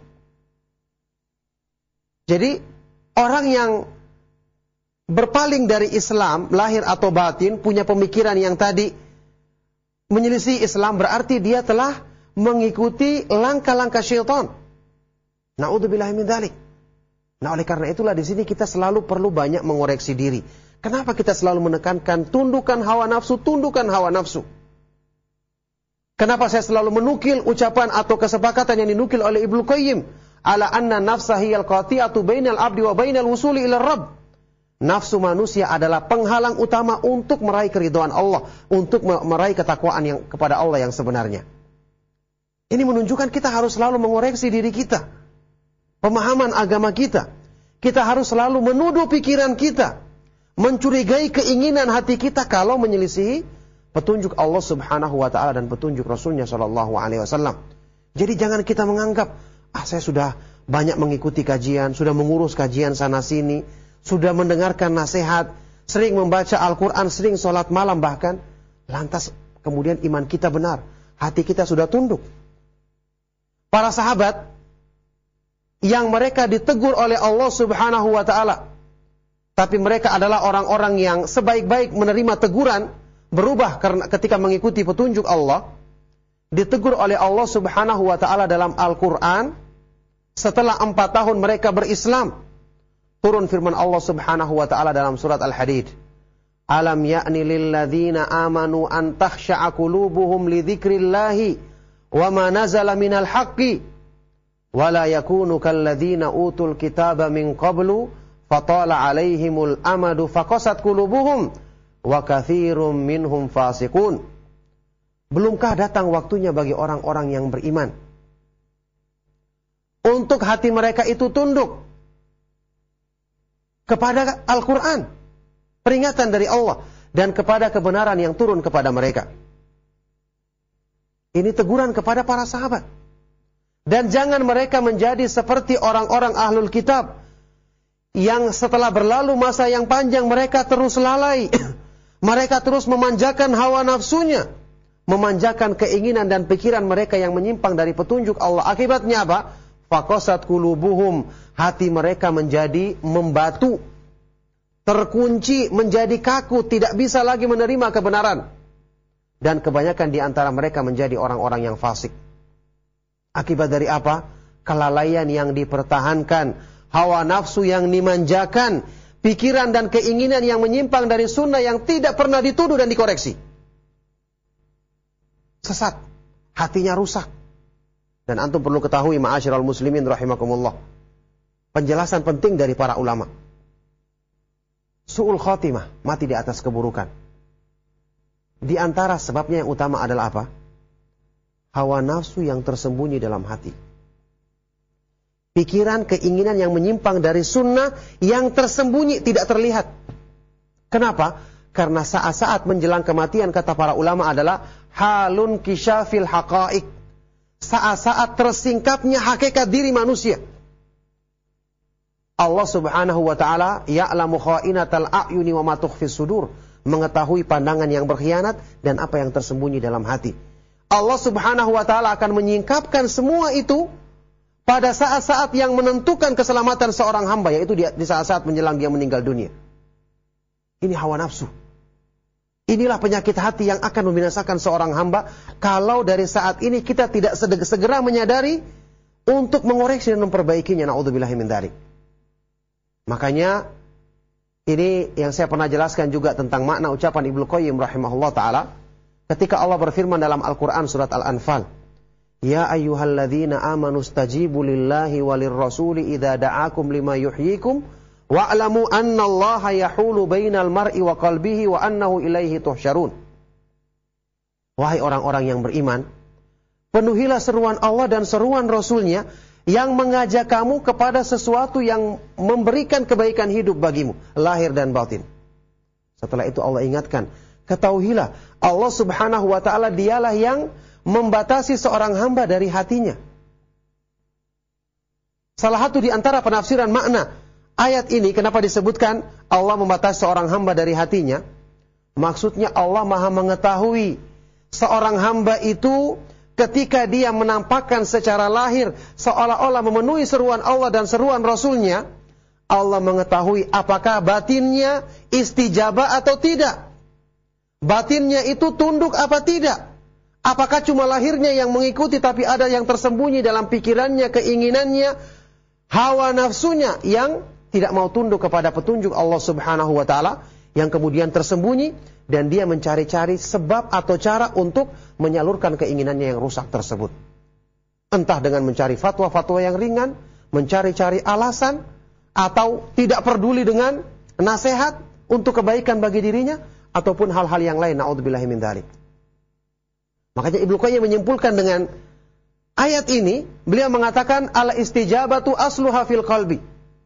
Jadi orang yang berpaling dari Islam, lahir atau batin, punya pemikiran yang tadi menyelisih Islam, berarti dia telah mengikuti langkah-langkah syaitan. Na'udzubillahi min dzalik. Nah, oleh karena itulah di sini kita selalu perlu banyak mengoreksi diri. Kenapa kita selalu menekankan tundukkan hawa nafsu, tundukkan hawa nafsu? Kenapa saya selalu menukil ucapan atau kesepakatan yang dinukil oleh Ibnu Qayyim, ala anna nafsa hiyal qati'atu bainal abdi wa bainal wusuli ila Rabb. Nafsu manusia adalah penghalang utama untuk meraih keridhaan Allah, untuk meraih ketakwaan yang kepada Allah yang sebenarnya. Ini menunjukkan kita harus selalu mengoreksi diri kita, pemahaman agama kita. Kita harus selalu menuduh pikiran kita, mencurigai keinginan hati kita kalau menyelisihi petunjuk Allah Subhanahu wa taala dan petunjuk Rasulnya sallallahu alaihi wasallam. Jadi jangan kita menganggap, saya sudah banyak mengikuti kajian, sudah mengurus kajian sana sini, sudah mendengarkan nasihat, sering membaca Al-Quran, sering sholat malam bahkan, lantas kemudian iman kita benar, hati kita sudah tunduk. Para sahabat yang mereka ditegur oleh Allah Subhanahu wa taala, tapi mereka adalah orang-orang yang sebaik-baik menerima teguran, berubah karena ketika mengikuti petunjuk Allah, ditegur oleh Allah Subhanahu wa taala dalam Al-Quran. Setelah 4 tahun mereka berislam, turun firman Allah Subhanahu wa taala dalam surat Al-Hadid. Alam ya'ni lilladzina amanu an takhsha'a qulubuhum li dzikrillahi wa ma nazala minal haqqi wa la yakunu kalladzina utul kitaba min qablu fatala 'alaihimul amadu faqasat qulubuhum wa katsirum minhum fasiqun. Belumkah datang waktunya bagi orang-orang yang beriman untuk hati mereka itu tunduk kepada Al-Quran, peringatan dari Allah, dan kepada kebenaran yang turun kepada mereka. Ini teguran kepada para sahabat. Dan jangan mereka menjadi seperti orang-orang ahlul kitab, yang setelah berlalu masa yang panjang mereka terus lalai. Mereka terus memanjakan hawa nafsunya, memanjakan keinginan dan pikiran mereka yang menyimpang dari petunjuk Allah. Akibatnya apa? Faqasat qulubuhum, hati mereka menjadi membatu, terkunci, menjadi kaku, tidak bisa lagi menerima kebenaran. Dan kebanyakan di antara mereka menjadi orang-orang yang fasik. Akibat dari apa? Kelalaian yang dipertahankan, hawa nafsu yang dimanjakan, pikiran dan keinginan yang menyimpang dari sunnah yang tidak pernah dituduh dan dikoreksi. Sesat, hatinya rusak. Dan antum perlu ketahui, ma'asyiral muslimin rahimakumullah, penjelasan penting dari para ulama. Su'ul khatimah, mati di atas keburukan. Di antara sebabnya yang utama adalah apa? Hawa nafsu yang tersembunyi dalam hati. Pikiran, keinginan yang menyimpang dari sunnah yang tersembunyi, tidak terlihat. Kenapa? Karena saat-saat menjelang kematian, kata para ulama, adalah halun kisyafil haqa'iq. Saat-saat tersingkapnya hakikat diri manusia. Allah Subhanahu wa taala ya'lamu kha'inatal a'yuni wa ma tukhfis sudur, mengetahui pandangan yang berkhianat dan apa yang tersembunyi dalam hati. Allah Subhanahu wa taala akan menyingkapkan semua itu pada saat-saat yang menentukan keselamatan seorang hamba, yaitu di saat-saat menjelang dia meninggal dunia. Ini hawa nafsu. Inilah penyakit hati yang akan membinasakan seorang hamba kalau dari saat ini kita tidak segera menyadari untuk mengoreksi dan memperbaikinya. Na'udzubillahi min dzalik. Makanya ini yang saya pernah jelaskan juga tentang makna ucapan Ibnu Qayyim rahimahullah ta'ala ketika Allah berfirman dalam Al-Quran surat Al-Anfal, Ya ayyuhalladzina amanu stajibu lillahi walir rasuli idza da'akum lima yuhyikum wa'lamu annallaha yahulu bainal mar'i wa qalbihi wa annahu ilaihi tuhsyarun. Wahai orang-orang yang beriman, penuhilah seruan Allah dan seruan Rasulnya yang mengajak kamu kepada sesuatu yang memberikan kebaikan hidup bagimu, lahir dan batin. Setelah itu Allah ingatkan, ketahuilah Allah Subhanahu wa ta'ala dialah yang membatasi seorang hamba dari hatinya. Salah satu di antara penafsiran makna ayat ini, kenapa disebutkan Allah membatasi seorang hamba dari hatinya? Maksudnya Allah maha mengetahui seorang hamba itu ketika dia menampakkan secara lahir seolah-olah memenuhi seruan Allah dan seruan Rasulnya, Allah mengetahui apakah batinnya istijabah atau tidak. Batinnya itu tunduk apa tidak. Apakah cuma lahirnya yang mengikuti tapi ada yang tersembunyi dalam pikirannya, keinginannya, hawa nafsunya yang tidak mau tunduk kepada petunjuk Allah Subhanahu wa taala, yang kemudian tersembunyi dan dia mencari-cari sebab atau cara untuk menyalurkan keinginannya yang rusak tersebut. Entah dengan mencari fatwa-fatwa yang ringan, mencari-cari alasan, atau tidak peduli dengan nasihat untuk kebaikan bagi dirinya, ataupun hal-hal yang lain. Na'udzubillahi min dzalik. Makanya Ibnu Qayyim menyimpulkan dengan ayat ini, beliau mengatakan al istijabatu asluha fil qalbi.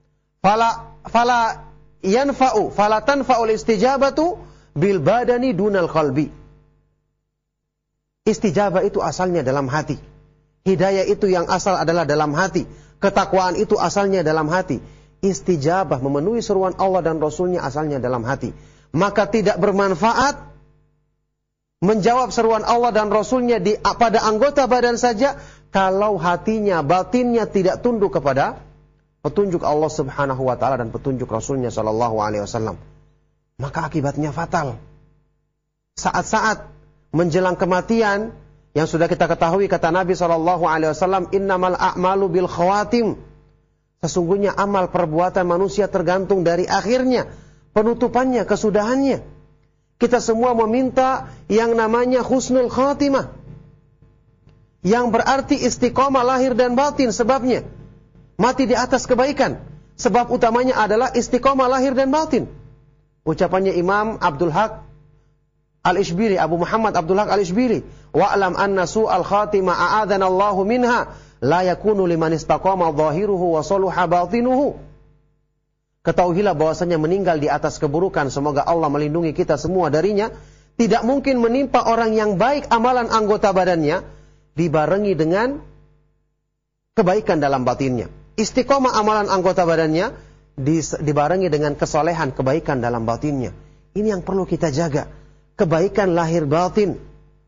Fala tanfa'ul istijabatu bil badani dunal qalbi. Istijabah itu asalnya dalam hati. Hidayah itu yang asal adalah dalam hati. Ketakwaan itu asalnya dalam hati. Istijabah memenuhi seruan Allah dan Rasulnya asalnya dalam hati. Maka tidak bermanfaat menjawab seruan Allah dan Rasulnya pada anggota badan saja kalau hatinya, batinnya tidak tunduk kepada petunjuk Allah Subhanahu wa taala dan petunjuk Rasulnya sallallahu alaihi wasallam. Maka akibatnya fatal. Saat-saat menjelang kematian yang sudah kita ketahui kata Nabi sallallahu alaihi wasallam, innamal a'malu bil khawatim. Sesungguhnya amal perbuatan manusia tergantung dari akhirnya, penutupannya, kesudahannya. Kita semua meminta yang namanya husnul khatimah, yang berarti istiqomah lahir dan batin. Sebabnya mati di atas kebaikan. Sebab utamanya adalah istiqomah lahir dan batin. Ucapannya Imam Abdul Haq Al-Ishbili, Abu Muhammad Abdul Haq Al-Ishbili, wa'lam anna su'al khatimah a'adhanallahu minha la yakunu liman istaqama zahiruhu wa saluha batinuhu. Ketahuilah bahwasanya meninggal di atas keburukan, semoga Allah melindungi kita semua darinya, tidak mungkin menimpa orang yang baik amalan anggota badannya dibarengi dengan kebaikan dalam batinnya. Istiqomah amalan anggota badannya dibarengi dengan kesolehan, kebaikan dalam batinnya. Ini yang perlu kita jaga. Kebaikan lahir batin.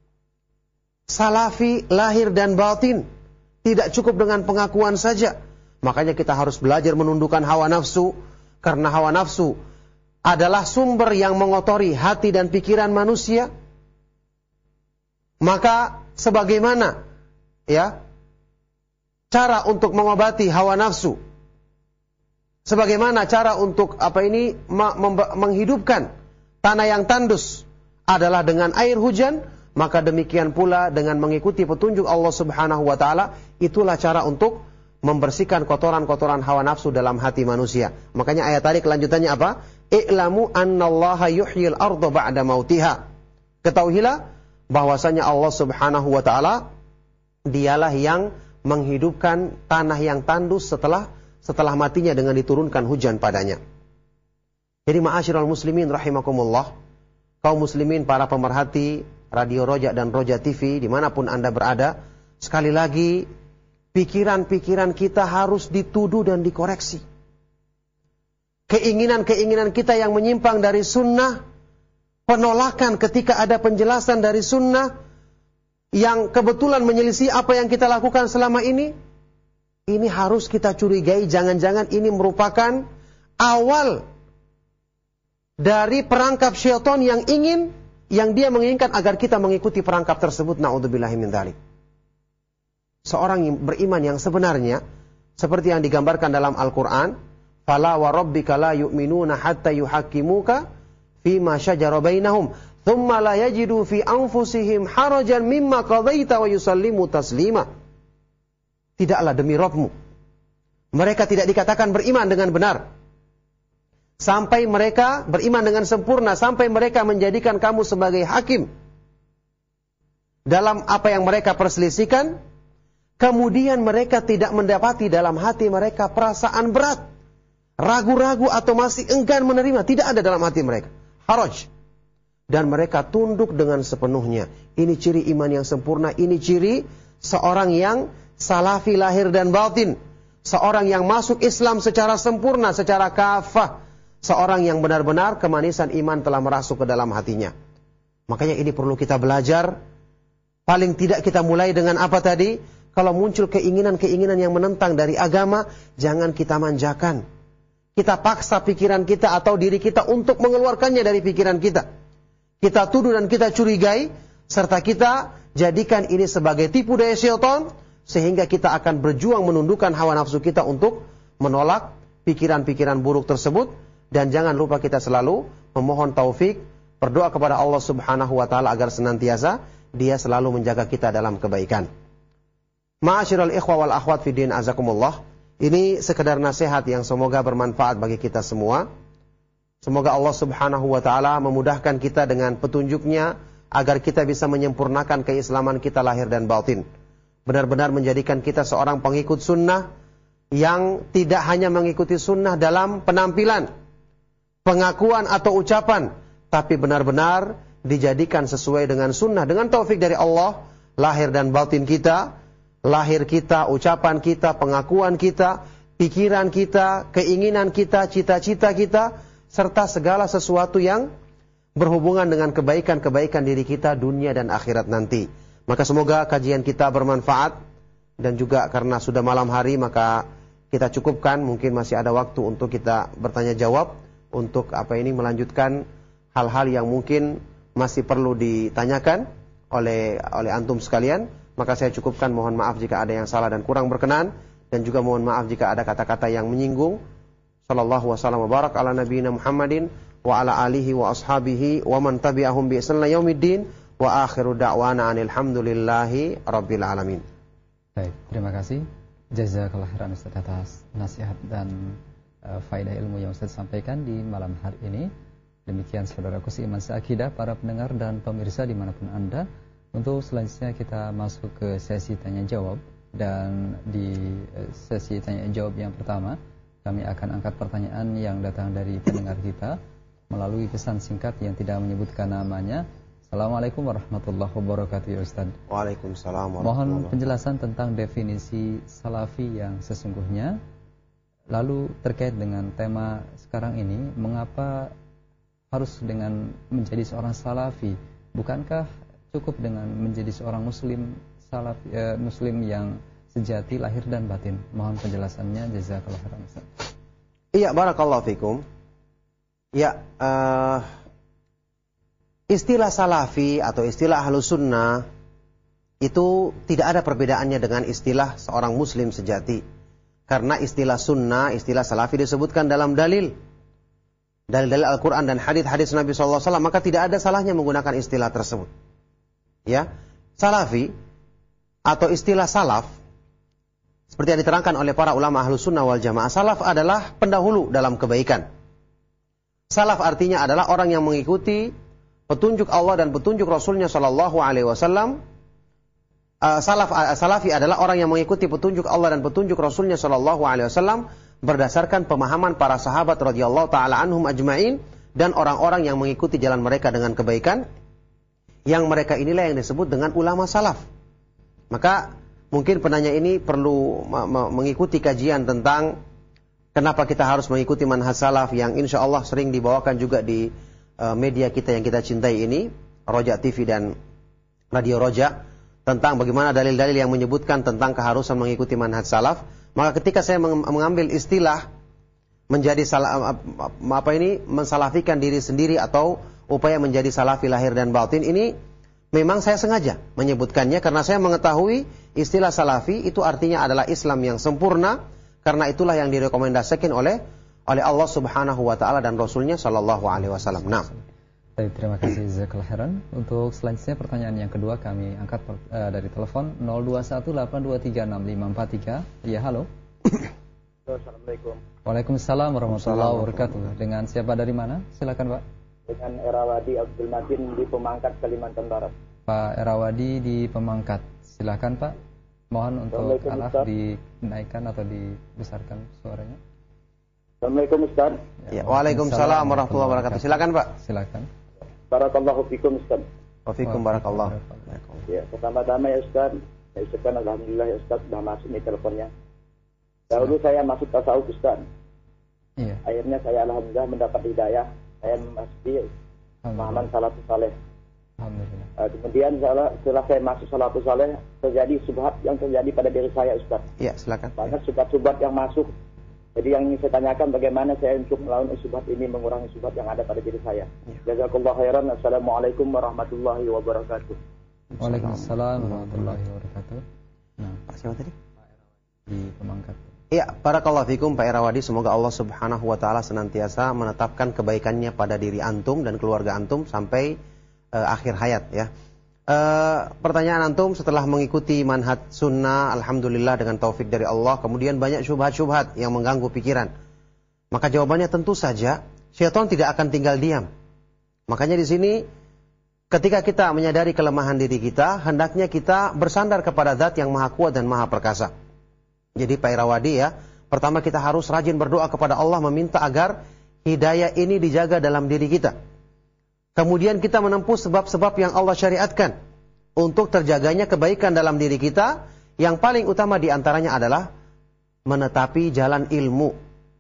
Salafi lahir dan batin. Tidak cukup dengan pengakuan saja. Makanya kita harus belajar menundukkan hawa nafsu. Karena hawa nafsu adalah sumber yang mengotori hati dan pikiran manusia. Maka sebagaimana cara untuk mengobati hawa nafsu, sebagaimana cara untuk menghidupkan tanah yang tandus adalah dengan air hujan, maka demikian pula dengan mengikuti petunjuk Allah Subhanahu wa taala, itulah cara untuk membersihkan kotoran-kotoran hawa nafsu dalam hati manusia. Makanya ayat tadi kelanjutannya apa? I'lamu annallaha yuhyil arda ba'da mautiha. Ketahuilah bahwasanya Allah Subhanahu wa taala dialah yang menghidupkan tanah yang tandus setelah matinya dengan diturunkan hujan padanya. Jadi ma'asyiral muslimin rahimakumullah, kaum muslimin, para pemerhati Radio Roja dan Roja TV dimanapun Anda berada, sekali lagi pikiran-pikiran kita harus dituduh dan dikoreksi. Keinginan-keinginan kita yang menyimpang dari sunnah, penolakan ketika ada penjelasan dari sunnah yang kebetulan menyelisih apa yang kita lakukan selama ini harus kita curigai. Jangan-jangan ini merupakan awal dari perangkap syaitan yang dia menginginkan agar kita mengikuti perangkap tersebut. Na'udzubillahi min dzalik. Seorang yang beriman yang sebenarnya seperti yang digambarkan dalam Al-Quran, fala wa rabbika la yu'minuna hatta yuhakkimuka fima syajara bainahum thumma la yajidu fi anfusihim harajan mimma qadaita wa yusallimu taslima. Tidaklah demi Rabbmu, mereka tidak dikatakan beriman dengan benar sampai mereka beriman dengan sempurna, sampai mereka menjadikan kamu sebagai hakim dalam apa yang mereka perselisihkan. Kemudian mereka tidak mendapati dalam hati mereka perasaan berat, ragu-ragu atau masih enggan menerima. Tidak ada dalam hati mereka haraj. Dan mereka tunduk dengan sepenuhnya. Ini ciri iman yang sempurna. Ini ciri seorang yang salafi lahir dan batin. Seorang yang masuk Islam secara sempurna, secara kafah. Seorang yang benar-benar kemanisan iman telah merasuk ke dalam hatinya. Makanya ini perlu kita belajar Paling tidak kita mulai dengan apa tadi? Kalau muncul keinginan-keinginan yang menentang dari agama, jangan kita manjakan. Kita paksa pikiran kita atau diri kita untuk mengeluarkannya dari pikiran kita. Kita tuduh dan kita curigai, serta kita jadikan ini sebagai tipu daya syaitan, sehingga kita akan berjuang menundukkan hawa nafsu kita untuk menolak pikiran-pikiran buruk tersebut. Dan jangan lupa kita selalu memohon taufik, berdoa kepada Allah Subhanahu wa Ta'ala agar senantiasa Dia selalu menjaga kita dalam kebaikan. Ma'asyiral ikhwa wal akhwat fi din azakumullah. Ini sekedar nasihat yang semoga bermanfaat bagi kita semua. Semoga Allah Subhanahu wa Ta'ala memudahkan kita dengan petunjuknya agar kita bisa menyempurnakan keislaman kita lahir dan batin. Benar-benar menjadikan kita seorang pengikut sunnah yang tidak hanya mengikuti sunnah dalam penampilan, pengakuan atau ucapan, tapi benar-benar dijadikan sesuai dengan sunnah, dengan taufik dari Allah, lahir dan batin kita, lahir kita, ucapan kita, pengakuan kita, pikiran kita, keinginan kita, cita-cita kita, serta segala sesuatu yang berhubungan dengan kebaikan-kebaikan diri kita dunia dan akhirat nanti. Maka semoga kajian kita bermanfaat, dan juga karena sudah malam hari maka kita cukupkan, mungkin masih ada waktu untuk kita bertanya jawab, untuk melanjutkan hal-hal yang mungkin masih perlu ditanyakan oleh antum sekalian. Maka saya cukupkan, mohon maaf jika ada yang salah dan kurang berkenan, dan juga mohon maaf jika ada kata-kata yang menyinggung. Sallallahu wasallam wa barak ala nabiyina Muhammadin wa ala alihi wa ashabihi wa man tabi'ahum bi ihsan ila yaumiddin wa akhiru da'wana alhamdulillahi rabbil alamin. Baik, terima kasih. Jazakallahu khairan Ustaz atas nasihat dan faedah ilmu yang Ustaz sampaikan di malam hari ini. Demikian saudaraku seiman seakidah, para pendengar dan pemirsa dimanapun Anda. Untuk selanjutnya kita masuk ke sesi tanya jawab. Dan di sesi tanya jawab yang pertama, kami akan angkat pertanyaan yang datang dari pendengar kita melalui pesan singkat yang tidak menyebutkan namanya. Assalamualaikum warahmatullahi wabarakatuh ya Ustaz. Waalaikumsalam warahmatullahi Mohon wabarakatuh. penjelasan tentang definisi salafi yang sesungguhnya. Lalu terkait dengan tema sekarang ini, mengapa harus dengan menjadi seorang salafi? Bukankah cukup dengan menjadi seorang muslim salafi, muslim yang sejati lahir dan batin? Mohon penjelasannya, jazakallahu khairan. Iya, barakallahu fikum. Ya, istilah salafi atau istilah ahlus sunnah itu tidak ada perbedaannya dengan istilah seorang muslim sejati. Karena istilah sunnah, istilah salafi disebutkan dalam dalil Al-Quran dan hadis-hadis Nabi SAW, maka tidak ada salahnya menggunakan istilah tersebut. Ya, salafi atau istilah salaf, seperti yang diterangkan oleh para ulama ahlus sunnah wal jamaah, salaf adalah pendahulu dalam kebaikan. Salaf artinya adalah orang yang mengikuti petunjuk Allah dan petunjuk Rasulnya Shallallahu Alaihi Wasallam. Salafi adalah orang yang mengikuti petunjuk Allah dan petunjuk Rasulnya Shallallahu Alaihi Wasallam berdasarkan pemahaman para sahabat radhiyallahu taala anhum ajma'in dan orang-orang yang mengikuti jalan mereka dengan kebaikan, yang mereka inilah yang disebut dengan ulama salaf. Maka mungkin penanya ini perlu mengikuti kajian tentang kenapa kita harus mengikuti manhaj salaf yang insya Allah sering dibawakan juga di media kita yang kita cintai ini, Roja TV dan Radio Roja, tentang bagaimana dalil-dalil yang menyebutkan tentang keharusan mengikuti manhaj salaf. Maka ketika saya mengambil istilah menjadi mensalafikan diri sendiri atau upaya menjadi salafi lahir dan batin, ini memang saya sengaja menyebutkannya karena saya mengetahui istilah salafi itu artinya adalah Islam yang sempurna, karena itulah yang direkomendasikan oleh Allah Subhanahu wa taala dan Rasulnya sallallahu alaihi wasallam. Nah, baik, terima kasih jazakallahu khairan. Untuk selanjutnya pertanyaan yang kedua kami angkat dari telepon 0218236543. Ya, halo. Assalamualaikum. Waalaikumsalam warahmatullahi wabarakatuh. Dengan siapa, dari mana? Silakan, Pak. Dengan Erawadi Abdul Matin di Pemangkat, Kalimantan Barat. Pak Erawadi di Pemangkat. Silakan, Pak. Mohon untuk alaf dinaikkan atau dibesarkan suaranya. Assalamualaikum Ustaz. Ya, waalaikumsalam warahmatullahi wabarakatuh. Silakan, Pak. Silakan. Barakallahu fikum Ustaz. Wafikum barakallah. Ya, pertama-tama ya Ustaz, saya ucapkan alhamdulillah ya Ustaz sudah masuk nih teleponnya. Dahulu saya masuk tasawuf Ustaz. Iya. Akhirnya saya alhamdulillah mendapat hidayah. Saya memasuki pemahaman salafus saleh. Alhamdulillah. Kemudian setelah saya masuk salafus saleh, terjadi subhat yang terjadi pada diri saya, Ustaz. Iya, silakan. Banyak subhat-subhat yang masuk. Jadi yang ingin saya tanyakan, bagaimana saya untuk melawan subhat ini, mengurangi subhat yang ada pada diri saya. Jazakallahu khairan. Assalamualaikum warahmatullahi wabarakatuh. Waalaikumsalam warahmatullahi wabarakatuh. Nah, Pak siapa tadi? di Pemangkat. Iya, barakallahu fikum Pak Irawadi, semoga Allah Subhanahu wa taala senantiasa menetapkan kebaikannya pada diri antum dan keluarga antum sampai akhir hayat ya. Pertanyaan antum setelah mengikuti manhaj sunnah, alhamdulillah dengan taufik dari Allah, kemudian banyak syubhat-syubhat yang mengganggu pikiran. Maka jawabannya tentu saja, syaitan tidak akan tinggal diam. Makanya di sini ketika kita menyadari kelemahan diri kita, hendaknya kita bersandar kepada Zat yang Maha Kuat dan Maha Perkasa. Jadi Pak Irawadi ya, pertama kita harus rajin berdoa kepada Allah meminta agar hidayah ini dijaga dalam diri kita. Kemudian kita menempuh sebab-sebab yang Allah syariatkan untuk terjaganya kebaikan dalam diri kita. Yang paling utama diantaranya adalah menetapi jalan ilmu.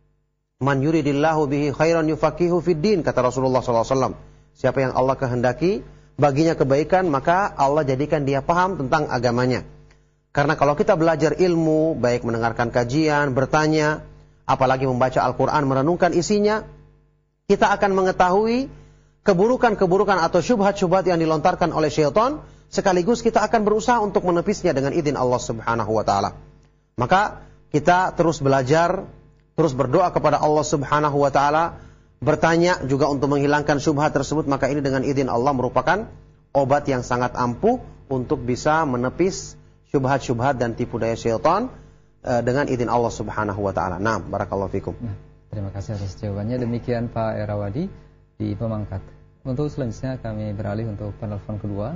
Man yuridillahu bihi khairan yufaqihu fid din, kata Rasulullah SAW. Siapa yang Allah kehendaki baginya kebaikan, maka Allah jadikan dia paham tentang agamanya. Karena kalau kita belajar ilmu, baik mendengarkan kajian, bertanya, apalagi membaca Al-Quran, merenungkan isinya, kita akan mengetahui keburukan-keburukan atau syubhat-syubhat yang dilontarkan oleh syaitan, sekaligus kita akan berusaha untuk menepisnya dengan izin Allah Subhanahu wa taala. Maka kita terus belajar, terus berdoa kepada Allah Subhanahu wa taala, bertanya juga untuk menghilangkan syubhat tersebut, maka ini dengan izin Allah merupakan obat yang sangat ampuh untuk bisa menepis syubhat-syubhat dan tipu daya syaitan dengan izin Allah Subhanahu wa taala. Nah, barakallahu fikum. Nah, terima kasih atas jawabannya. Demikian Pak Irawadi di Pemangkat. Untuk selanjutnya kami beralih untuk penelpon kedua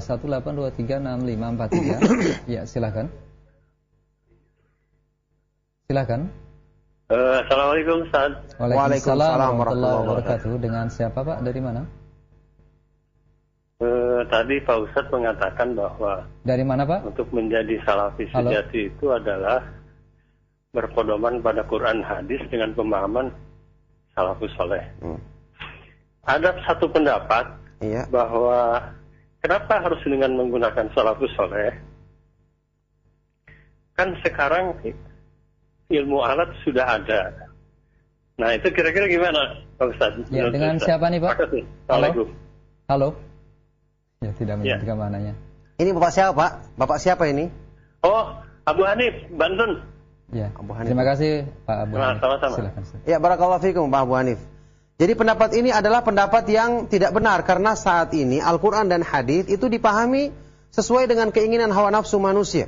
0218236543. Ya, silakan. Silakan. Assalamualaikum Ustaz. Waalaikumsalam warahmatullahi wabarakatuh. Dengan siapa Pak? Dari mana? Tadi Pak Ustadz mengatakan bahwa dari mana Pak? Untuk menjadi salafi sejati itu adalah berpedoman pada Quran hadis dengan pemahaman salafus saleh. Ada satu pendapat bahwa kenapa harus dengan menggunakan salafus saleh? Kan sekarang ilmu alat sudah ada. Nah itu kira-kira gimana Pak Ustadz? Ya, dengan siapa nih Pak? Assalamualaikum. Halo. Ya, tidak menyebutkan mananya. Ini Bapak siapa Pak? Bapak siapa ini? Oh, Abu Hanif, Banten. Ya, Abu Hanif. Terima kasih Pak Abu Hanif. Sama-sama. Silakan. Ya, barakallahu fikum Pak Abu Hanif. Jadi pendapat ini adalah pendapat yang tidak benar karena saat ini Al-Quran dan Hadis itu dipahami sesuai dengan keinginan hawa nafsu manusia.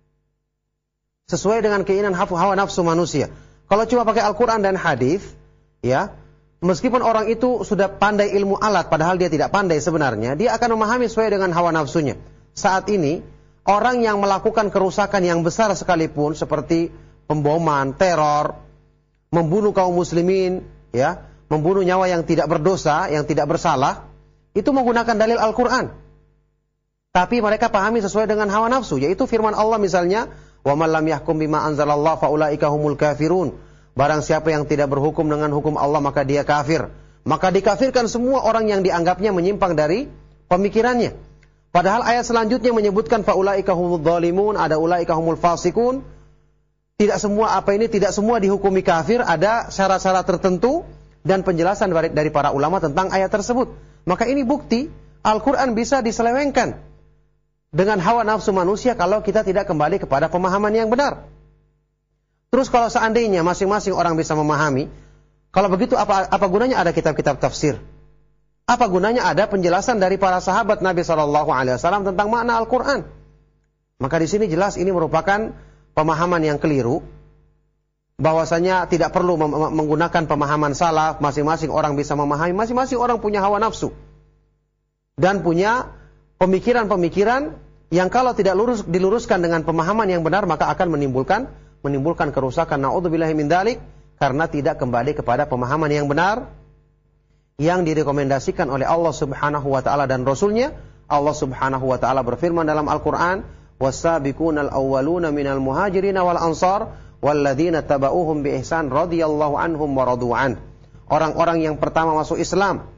Sesuai dengan keinginan hawa nafsu manusia. Kalau cuma pakai Al-Quran dan Hadis, ya, meskipun orang itu sudah pandai ilmu alat, padahal dia tidak pandai sebenarnya, dia akan memahami sesuai dengan hawa nafsunya. Saat ini, orang yang melakukan kerusakan yang besar sekalipun, seperti pemboman, teror, membunuh kaum muslimin, ya, membunuh nyawa yang tidak berdosa, yang tidak bersalah, itu menggunakan dalil Al-Quran. Tapi mereka pahami sesuai dengan hawa nafsu, yaitu firman Allah misalnya, وَمَنْ لَمْ يَحْكُمْ بِمَا أَنْزَلَ اللَّهُ فَأُولَٰئِكَ هُمُ الْكَافِرُونَ. Barang siapa yang tidak berhukum dengan hukum Allah, maka dia kafir. Maka dikafirkan semua orang yang dianggapnya menyimpang dari pemikirannya. Padahal ayat selanjutnya menyebutkan faulaika humudz zalimun, ada ulaika humul fasikun. Tidak semua dihukumi kafir, ada syarat-syarat tertentu dan penjelasan dari para ulama tentang ayat tersebut. Maka ini bukti Al-Qur'an bisa diselewengkan dengan hawa nafsu manusia kalau kita tidak kembali kepada pemahaman yang benar. Terus kalau seandainya masing-masing orang bisa memahami, kalau begitu apa gunanya ada kitab-kitab tafsir? Apa gunanya ada penjelasan dari para sahabat Nabi SAW tentang makna Al-Quran? Maka di sini jelas ini merupakan pemahaman yang keliru, bahwasanya tidak perlu menggunakan pemahaman salaf, masing-masing orang bisa memahami, masing-masing orang punya hawa nafsu dan punya pemikiran-pemikiran yang kalau tidak diluruskan dengan pemahaman yang benar maka akan menimbulkan kerusakan. Na'udzubillahi min dzalik, karena tidak kembali kepada pemahaman yang benar yang direkomendasikan oleh Allah Subhanahu wa taala dan Rasulnya. Allah Subhanahu wa taala berfirman dalam Al-Qur'an, "Was-sabiqunal awwaluna minal muhajirin wal ansar walladzina tabauhum bi ihsan radhiyallahu anhum wa radu an." Orang-orang yang pertama masuk Islam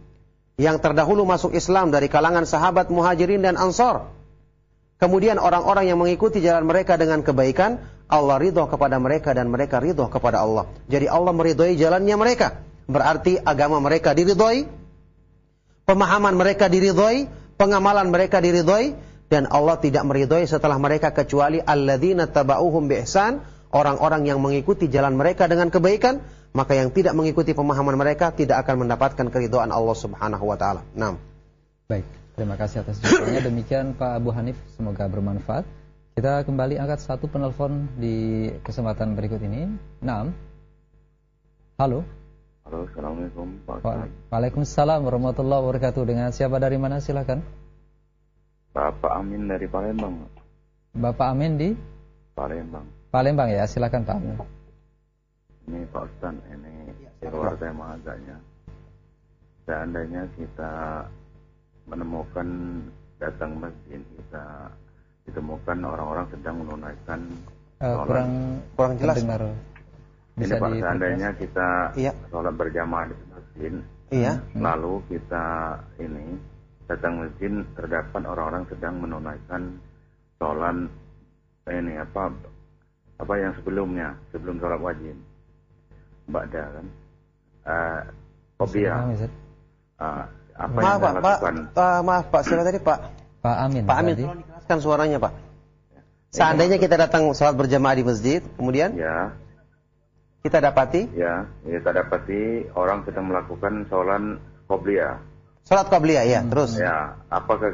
yang terdahulu masuk Islam dari kalangan sahabat Muhajirin dan Ansor. Kemudian orang-orang yang mengikuti jalan mereka dengan kebaikan, Allah ridho kepada mereka dan mereka ridho kepada Allah. Jadi Allah meridhoi jalannya mereka. Berarti agama mereka diridhoi, pemahaman mereka diridhoi, pengamalan mereka diridhoi, dan Allah tidak meridhoi setelah mereka kecuali alladzina taba'uhum bi ihsan, orang-orang yang mengikuti jalan mereka dengan kebaikan, maka yang tidak mengikuti pemahaman mereka tidak akan mendapatkan keridhaan Allah Subhanahu wa taala. Naam. Baik, terima kasih atas jawabannya. Demikian Pak Abu Hanif, semoga bermanfaat. Kita kembali angkat satu penelpon di kesempatan berikut ini. Naam. Halo. Halo, Assalamualaikum Pak. Waalaikumsalam warahmatullahi wabarakatuh. Dengan siapa dari mana silakan? Bapak Amin dari Palembang. Bapak Amin di Palembang. Palembang ya, silakan Pak Amin. Ini Pak Ustaz, ini di luar tema agaknya. Seandainya kita menemukan datang masjid, kita ditemukan orang-orang sedang menunaikan kurang jelas. Dengar. Ini Pak, seandainya kita sholat berjamaah di masjid, lalu kita ini datang masjid, terdapat orang-orang sedang menunaikan sholat ini apa yang sebelum sholat wajib, ba'da kan, qobliyah. Apa yang kita lakukan? Maaf Pak, siapa tadi Pak? Pak Amin. Pak Amin, tolong dikeraskan suaranya Pak. Seandainya kita datang sholat berjamaah di masjid, kemudian kita dapati orang sedang melakukan sholat qobliyah. Sholat qobliyah, ya, terus. Ya, apakah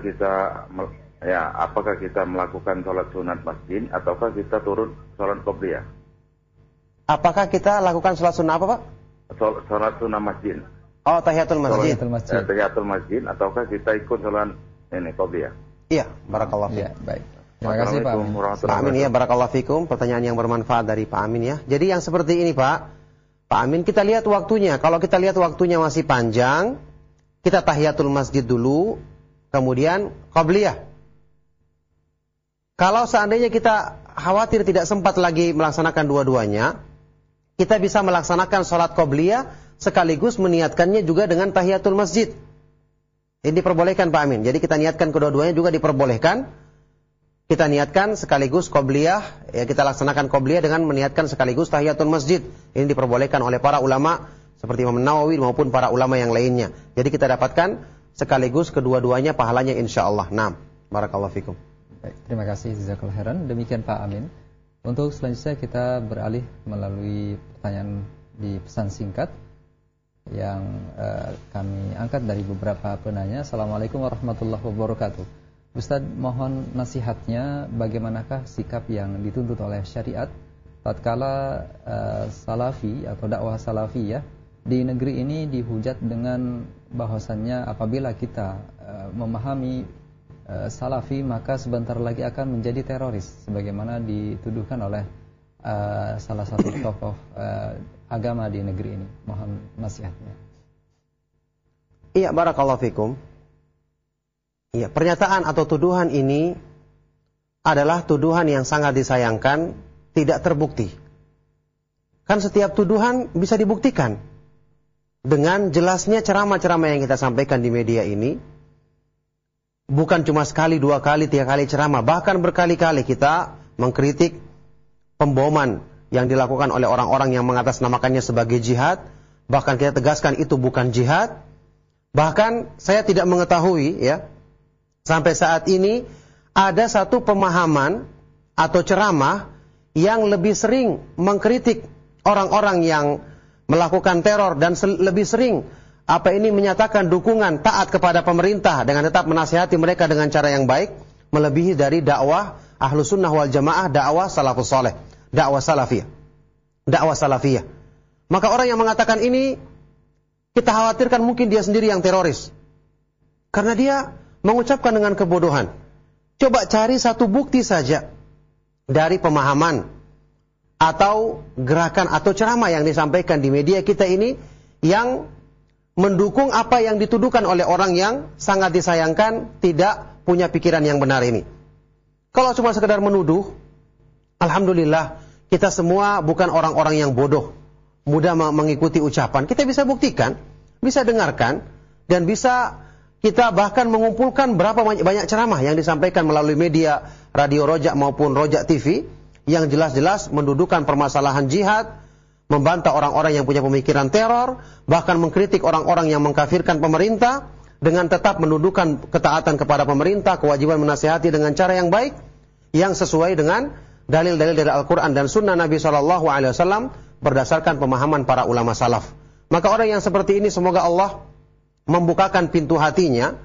kita melakukan sholat sunat masjid ataukah kita turut sholat qobliyah? Apakah kita lakukan sholat sunnah apa Pak? Sholat sunnah masjid. Oh, tahiyatul masjid. Tahiyatul masjid ataukah kita ikut sholat ini qobliyah? Iya, barakallahu fiik. Ya, baik. Terima kasih Pak Amin. Pak Amin ya, barakallahu fikum. Pertanyaan yang bermanfaat dari Pak Amin ya. Jadi yang seperti ini Pak Amin, kita lihat waktunya. Kalau kita lihat waktunya masih panjang, kita tahiyatul masjid dulu, kemudian qobliyah. Kalau seandainya kita khawatir tidak sempat lagi melaksanakan dua-duanya, kita bisa melaksanakan sholat qobliyah sekaligus meniatkannya juga dengan tahiyatul masjid. Ini diperbolehkan Pak Amin. Jadi kita niatkan kedua-duanya juga diperbolehkan. Kita niatkan sekaligus qobliyah, ya kita laksanakan qobliyah dengan meniatkan sekaligus tahiyatul masjid. Ini diperbolehkan oleh para ulama seperti Imam Nawawi maupun para ulama yang lainnya. Jadi kita dapatkan sekaligus kedua-duanya pahalanya insyaallah. Naam. Barakallahu fikum. Baik, terima kasih jazakallahu khairan. Demikian Pak Amin. Untuk selanjutnya kita beralih melalui pertanyaan di pesan singkat yang kami angkat dari beberapa penanya. Assalamualaikum warahmatullahi wabarakatuh. Ustaz, mohon nasihatnya bagaimanakah sikap yang dituntut oleh syariat tatkala salafi atau dakwah salafiyah di negeri ini dihujat dengan bahwasannya apabila kita memahami salafi maka sebentar lagi akan menjadi teroris sebagaimana dituduhkan oleh salah satu tokoh agama di negeri ini. Mohon nasihatnya. Iya, barakallahu fikum. Ya, pernyataan atau tuduhan ini adalah tuduhan yang sangat disayangkan, tidak terbukti. Kan setiap tuduhan bisa dibuktikan. Dengan jelasnya ceramah-ceramah yang kita sampaikan di media ini, bukan cuma sekali, dua kali, tiga kali ceramah, bahkan berkali-kali kita mengkritik pemboman yang dilakukan oleh orang-orang yang mengatasnamakannya sebagai jihad, bahkan kita tegaskan itu bukan jihad. Bahkan saya tidak mengetahui ya, sampai saat ini ada satu pemahaman atau ceramah yang lebih sering mengkritik orang-orang yang melakukan teror dan lebih sering menyatakan dukungan taat kepada pemerintah dengan tetap menasihati mereka dengan cara yang baik, melebihi dari dakwah Ahlus Sunnah wal Jamaah, dakwah salafus saleh, dakwah salafiyah. Maka orang yang mengatakan ini, kita khawatirkan mungkin dia sendiri yang teroris, karena dia mengucapkan dengan kebodohan. Coba cari satu bukti saja dari pemahaman atau gerakan atau ceramah yang disampaikan di media kita ini yang mendukung apa yang dituduhkan oleh orang yang sangat disayangkan tidak punya pikiran yang benar ini. Kalau cuma sekedar menuduh, alhamdulillah kita semua bukan orang-orang yang bodoh, mudah mengikuti ucapan. Kita bisa buktikan, bisa dengarkan dan bisa kita bahkan mengumpulkan berapa banyak ceramah yang disampaikan melalui media Radio Rojak maupun Rojak TV yang jelas-jelas mendudukan permasalahan jihad, membantah orang-orang yang punya pemikiran teror, bahkan mengkritik orang-orang yang mengkafirkan pemerintah dengan tetap mendudukan ketaatan kepada pemerintah, kewajiban menasihati dengan cara yang baik yang sesuai dengan dalil-dalil dari Al-Quran dan Sunnah Nabi SAW berdasarkan pemahaman para ulama salaf. Maka orang yang seperti ini semoga Allah membukakan pintu hatinya,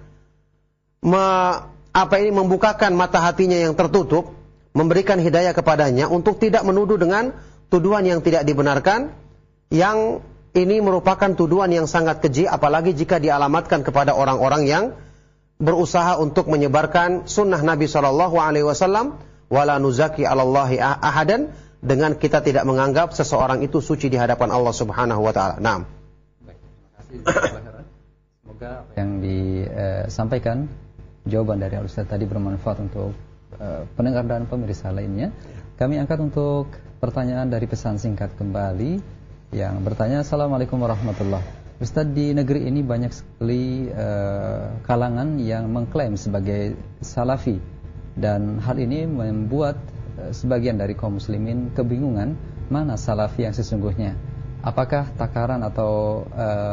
membukakan mata hatinya yang tertutup, memberikan hidayah kepadanya untuk tidak menuduh dengan tuduhan yang tidak dibenarkan, yang ini merupakan tuduhan yang sangat keji, apalagi jika dialamatkan kepada orang-orang yang berusaha untuk menyebarkan sunnah Nabi SAW, wala nuzaki 'alallahi ahadan, dengan kita tidak menganggap seseorang itu suci di hadapan Allah Subhanahu wa taala. Naam. Baik, terima kasih. Semoga apa yang disampaikan jawaban dari Al-Ustaz tadi bermanfaat untuk pendengar dan pemirsa lainnya. Kami angkat untuk pertanyaan dari pesan singkat kembali yang bertanya, Assalamualaikum warahmatullahi wabarakatuh. Ustaz, di negeri ini banyak sekali kalangan yang mengklaim sebagai salafi, dan hal ini membuat sebagian dari kaum muslimin kebingungan mana salafi yang sesungguhnya. Apakah takaran atau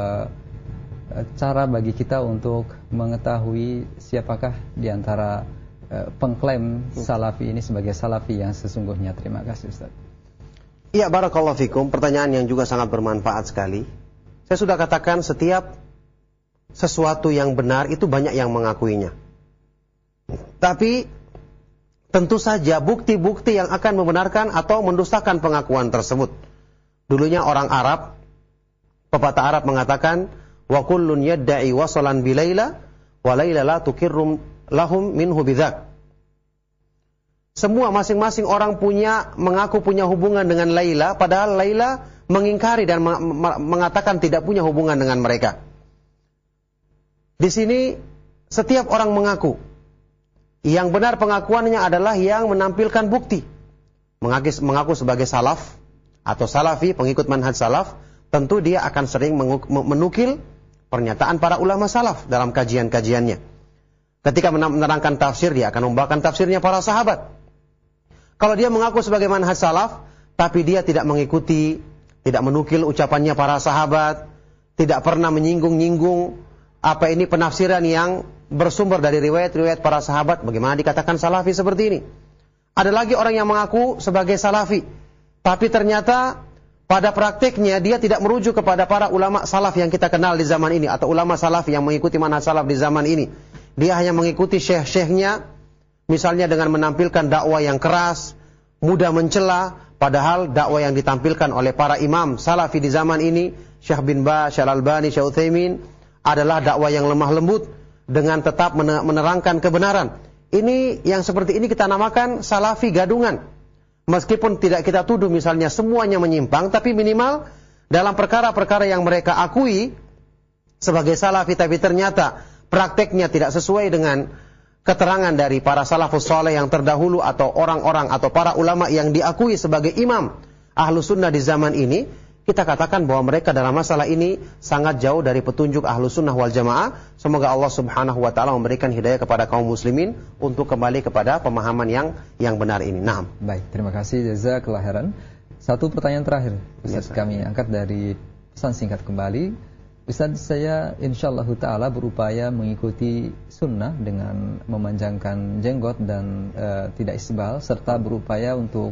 cara bagi kita untuk mengetahui siapakah di antara pengklaim salafi ini sebagai salafi yang sesungguhnya? Terima kasih, Ustaz. Iya, barakallahu fikum. Pertanyaan yang juga sangat bermanfaat sekali. Saya sudah katakan setiap sesuatu yang benar itu banyak yang mengakuinya. Tapi tentu saja bukti-bukti yang akan membenarkan atau mendustakan pengakuan tersebut. Dulunya orang Arab, pepatah Arab mengatakan, wa kullun yadda'i wasalan bilaila wa laila la tukirrum lahum minhu bidzak. Semua masing-masing orang mengaku punya hubungan dengan Laila, padahal Laila mengingkari dan mengatakan tidak punya hubungan dengan mereka. Di sini setiap orang mengaku. Yang benar pengakuannya adalah yang menampilkan bukti. Mengaku sebagai salaf atau salafi, pengikut manhaj salaf, tentu dia akan sering menukil pernyataan para ulama salaf dalam kajian-kajiannya. Ketika menerangkan tafsir, dia akan membawakan tafsirnya para sahabat. Kalau dia mengaku sebagai manhaj salaf, tapi dia tidak mengikuti, tidak menukil ucapannya para sahabat, tidak pernah menyinggung-nyinggung penafsiran yang bersumber dari riwayat-riwayat para sahabat, bagaimana dikatakan salafi seperti ini? Ada lagi orang yang mengaku sebagai salafi, tapi ternyata pada praktiknya dia tidak merujuk kepada para ulama salaf yang kita kenal di zaman ini, atau ulama salaf yang mengikuti manhaj salaf di zaman ini. Dia hanya mengikuti syekh-syekhnya, misalnya dengan menampilkan dakwah yang keras, mudah mencela, padahal dakwah yang ditampilkan oleh para imam salafi di zaman ini, Syekh bin Baz, Syekh Al-Albani, Syekh Utsaimin, adalah dakwah yang lemah lembut dengan tetap menerangkan kebenaran. Ini yang seperti ini kita namakan salafi gadungan. Meskipun tidak kita tuduh misalnya semuanya menyimpang, tapi minimal dalam perkara-perkara yang mereka akui sebagai salafi, tapi ternyata prakteknya tidak sesuai dengan keterangan dari para salafus saleh yang terdahulu, atau orang-orang atau para ulama yang diakui sebagai imam Ahlus Sunnah di zaman ini, kita katakan bahwa mereka dalam masalah ini sangat jauh dari petunjuk Ahlus Sunnah wal Jamaah. Semoga Allah Subhanahu wa taala memberikan hidayah kepada kaum muslimin untuk kembali kepada pemahaman yang benar ini. Naam. Baik, terima kasih jazakallahu khairan. Satu pertanyaan terakhir Ustaz, kami angkat dari pesan singkat kembali. Ustaz, saya insyaallah taala berupaya mengikuti sunnah dengan memanjangkan jenggot dan tidak isbal, serta berupaya untuk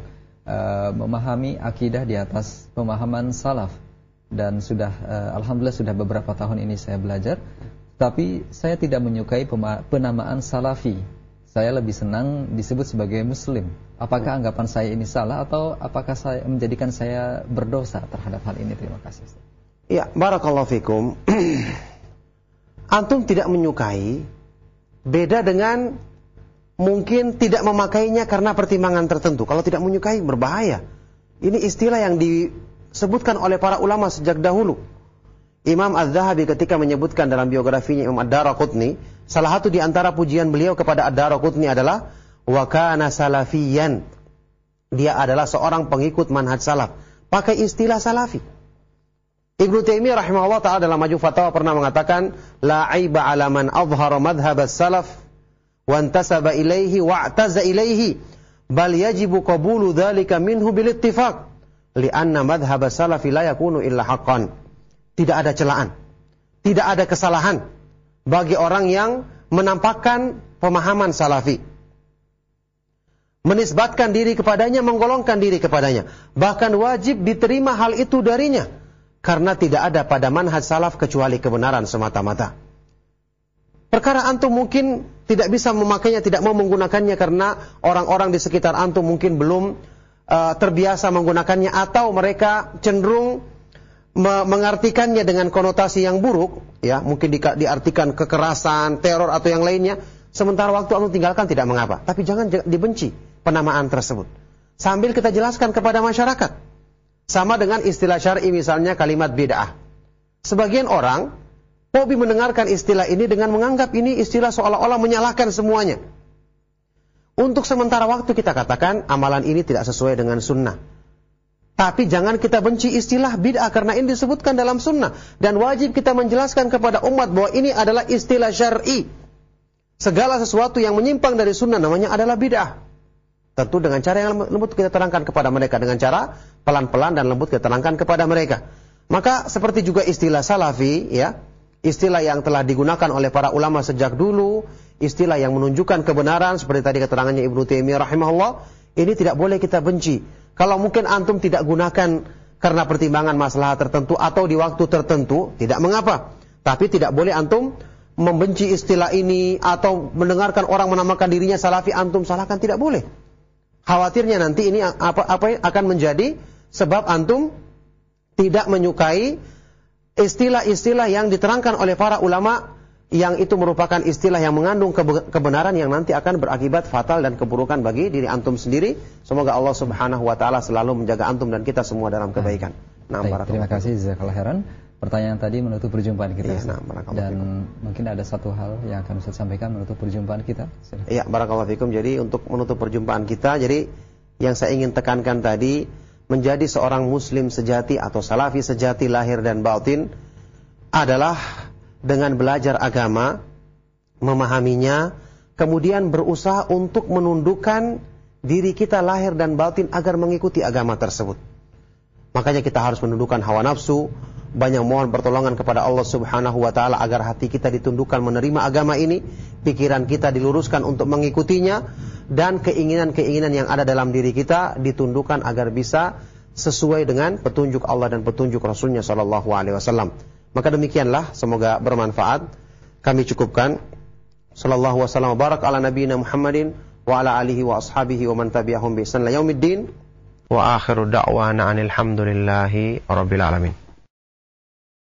memahami akidah di atas pemahaman salaf, dan sudah alhamdulillah sudah beberapa tahun ini saya belajar. Tapi saya tidak menyukai penamaan salafi. Saya lebih senang disebut sebagai muslim. Apakah anggapan saya ini salah, atau apakah saya menjadikan saya berdosa terhadap hal ini? Terima kasih. Ya, barakallahu fikum. Antum tidak menyukai beda dengan mungkin tidak memakainya karena pertimbangan tertentu. Kalau tidak menyukai berbahaya. Ini istilah yang disebutkan oleh para ulama sejak dahulu. Imam Az-Zahabi ketika menyebutkan dalam biografinya Imam Ad-Daraqutni, salah satu di antara pujian beliau kepada Ad-Daraqutni adalah wa kana salafiyan. Dia adalah seorang pengikut manhaj salaf. Pakai istilah salafi. Ibnu Taimiyah rahimahullah ta'ala dalam Majmu' Fatawa pernah mengatakan, la aiba ala man adhhara madhhab as-salaf wa intasaba ilaihi wa'taza ilaihi, bal yajibu qabulu dzalika minhu bil ittifaq, li'anna madhhab as-salaf la yakunu illa haqqan. Tidak ada celaan, tidak ada kesalahan bagi orang yang menampakkan pemahaman salafi, menisbatkan diri kepadanya, menggolongkan diri kepadanya. Bahkan wajib diterima hal itu darinya, karena tidak ada pada manhaj salaf kecuali kebenaran semata-mata. Perkara antum mungkin tidak bisa memakainya, tidak mau menggunakannya karena orang-orang di sekitar antum mungkin belum terbiasa menggunakannya, atau mereka cenderung mengartikannya dengan konotasi yang buruk, ya, mungkin diartikan kekerasan, teror atau yang lainnya. Sementara waktu antum tinggalkan tidak mengapa, tapi jangan dibenci penamaan tersebut. Sambil kita jelaskan kepada masyarakat. Sama dengan istilah syar'i misalnya kalimat bid'ah. Sebagian orang hobi mendengarkan istilah ini dengan menganggap ini istilah seolah-olah menyalahkan semuanya. Untuk sementara waktu kita katakan amalan ini tidak sesuai dengan sunnah. Tapi jangan kita benci istilah bid'ah karena ini disebutkan dalam sunnah. Dan wajib kita menjelaskan kepada umat bahwa ini adalah istilah syar'i. Segala sesuatu yang menyimpang dari sunnah namanya adalah bid'ah. Tentu dengan cara yang lembut kita terangkan kepada mereka, dengan cara pelan-pelan dan lembut kita terangkan kepada mereka. Maka seperti juga istilah salafi, ya, istilah yang telah digunakan oleh para ulama sejak dulu, istilah yang menunjukkan kebenaran seperti tadi keterangannya Ibnu Taimiyah rahimahullah, ini tidak boleh kita benci. Kalau mungkin antum tidak gunakan karena pertimbangan masalah tertentu atau di waktu tertentu, tidak mengapa. Tapi tidak boleh antum membenci istilah ini atau mendengarkan orang menamakan dirinya salafi antum salahkan, tidak boleh. Khawatirnya nanti ini akan menjadi sebab antum tidak menyukai istilah-istilah yang diterangkan oleh para ulama, yang itu merupakan istilah yang mengandung kebenaran yang nanti akan berakibat fatal dan keburukan bagi diri antum sendiri. Semoga Allah Subhanahu wa taala selalu menjaga antum dan kita semua dalam kebaikan. Baik, terima kasih jazakallahu khairan. Pertanyaan tadi menutup perjumpaan kita. Iya, dan mungkin ada satu hal yang akan Ustaz sampaikan menutup perjumpaan kita. Iya, barakallahu fikum. Jadi untuk menutup perjumpaan kita, jadi yang saya ingin tekankan tadi, menjadi seorang muslim sejati atau salafi sejati lahir dan batin adalah dengan belajar agama, memahaminya, kemudian berusaha untuk menundukkan diri kita lahir dan batin agar mengikuti agama tersebut. Makanya kita harus menundukkan hawa nafsu, banyak mohon pertolongan kepada Allah Subhanahu wa taala agar hati kita ditundukkan menerima agama ini, pikiran kita diluruskan untuk mengikutinya, dan keinginan-keinginan yang ada dalam diri kita ditundukkan agar bisa sesuai dengan petunjuk Allah dan petunjuk Rasulnya sallallahu alaihi wasallam. Maka demikianlah, semoga bermanfaat. Kami cukupkan. Sallallahu wasallam barak ala nabiyina Muhammadin wa ala alihi wa ashabihi wa man tabi'ahum bi ihsan ila yaumiddin. Wa akhiru da'wana anil hamdulillahi rabbil alamin.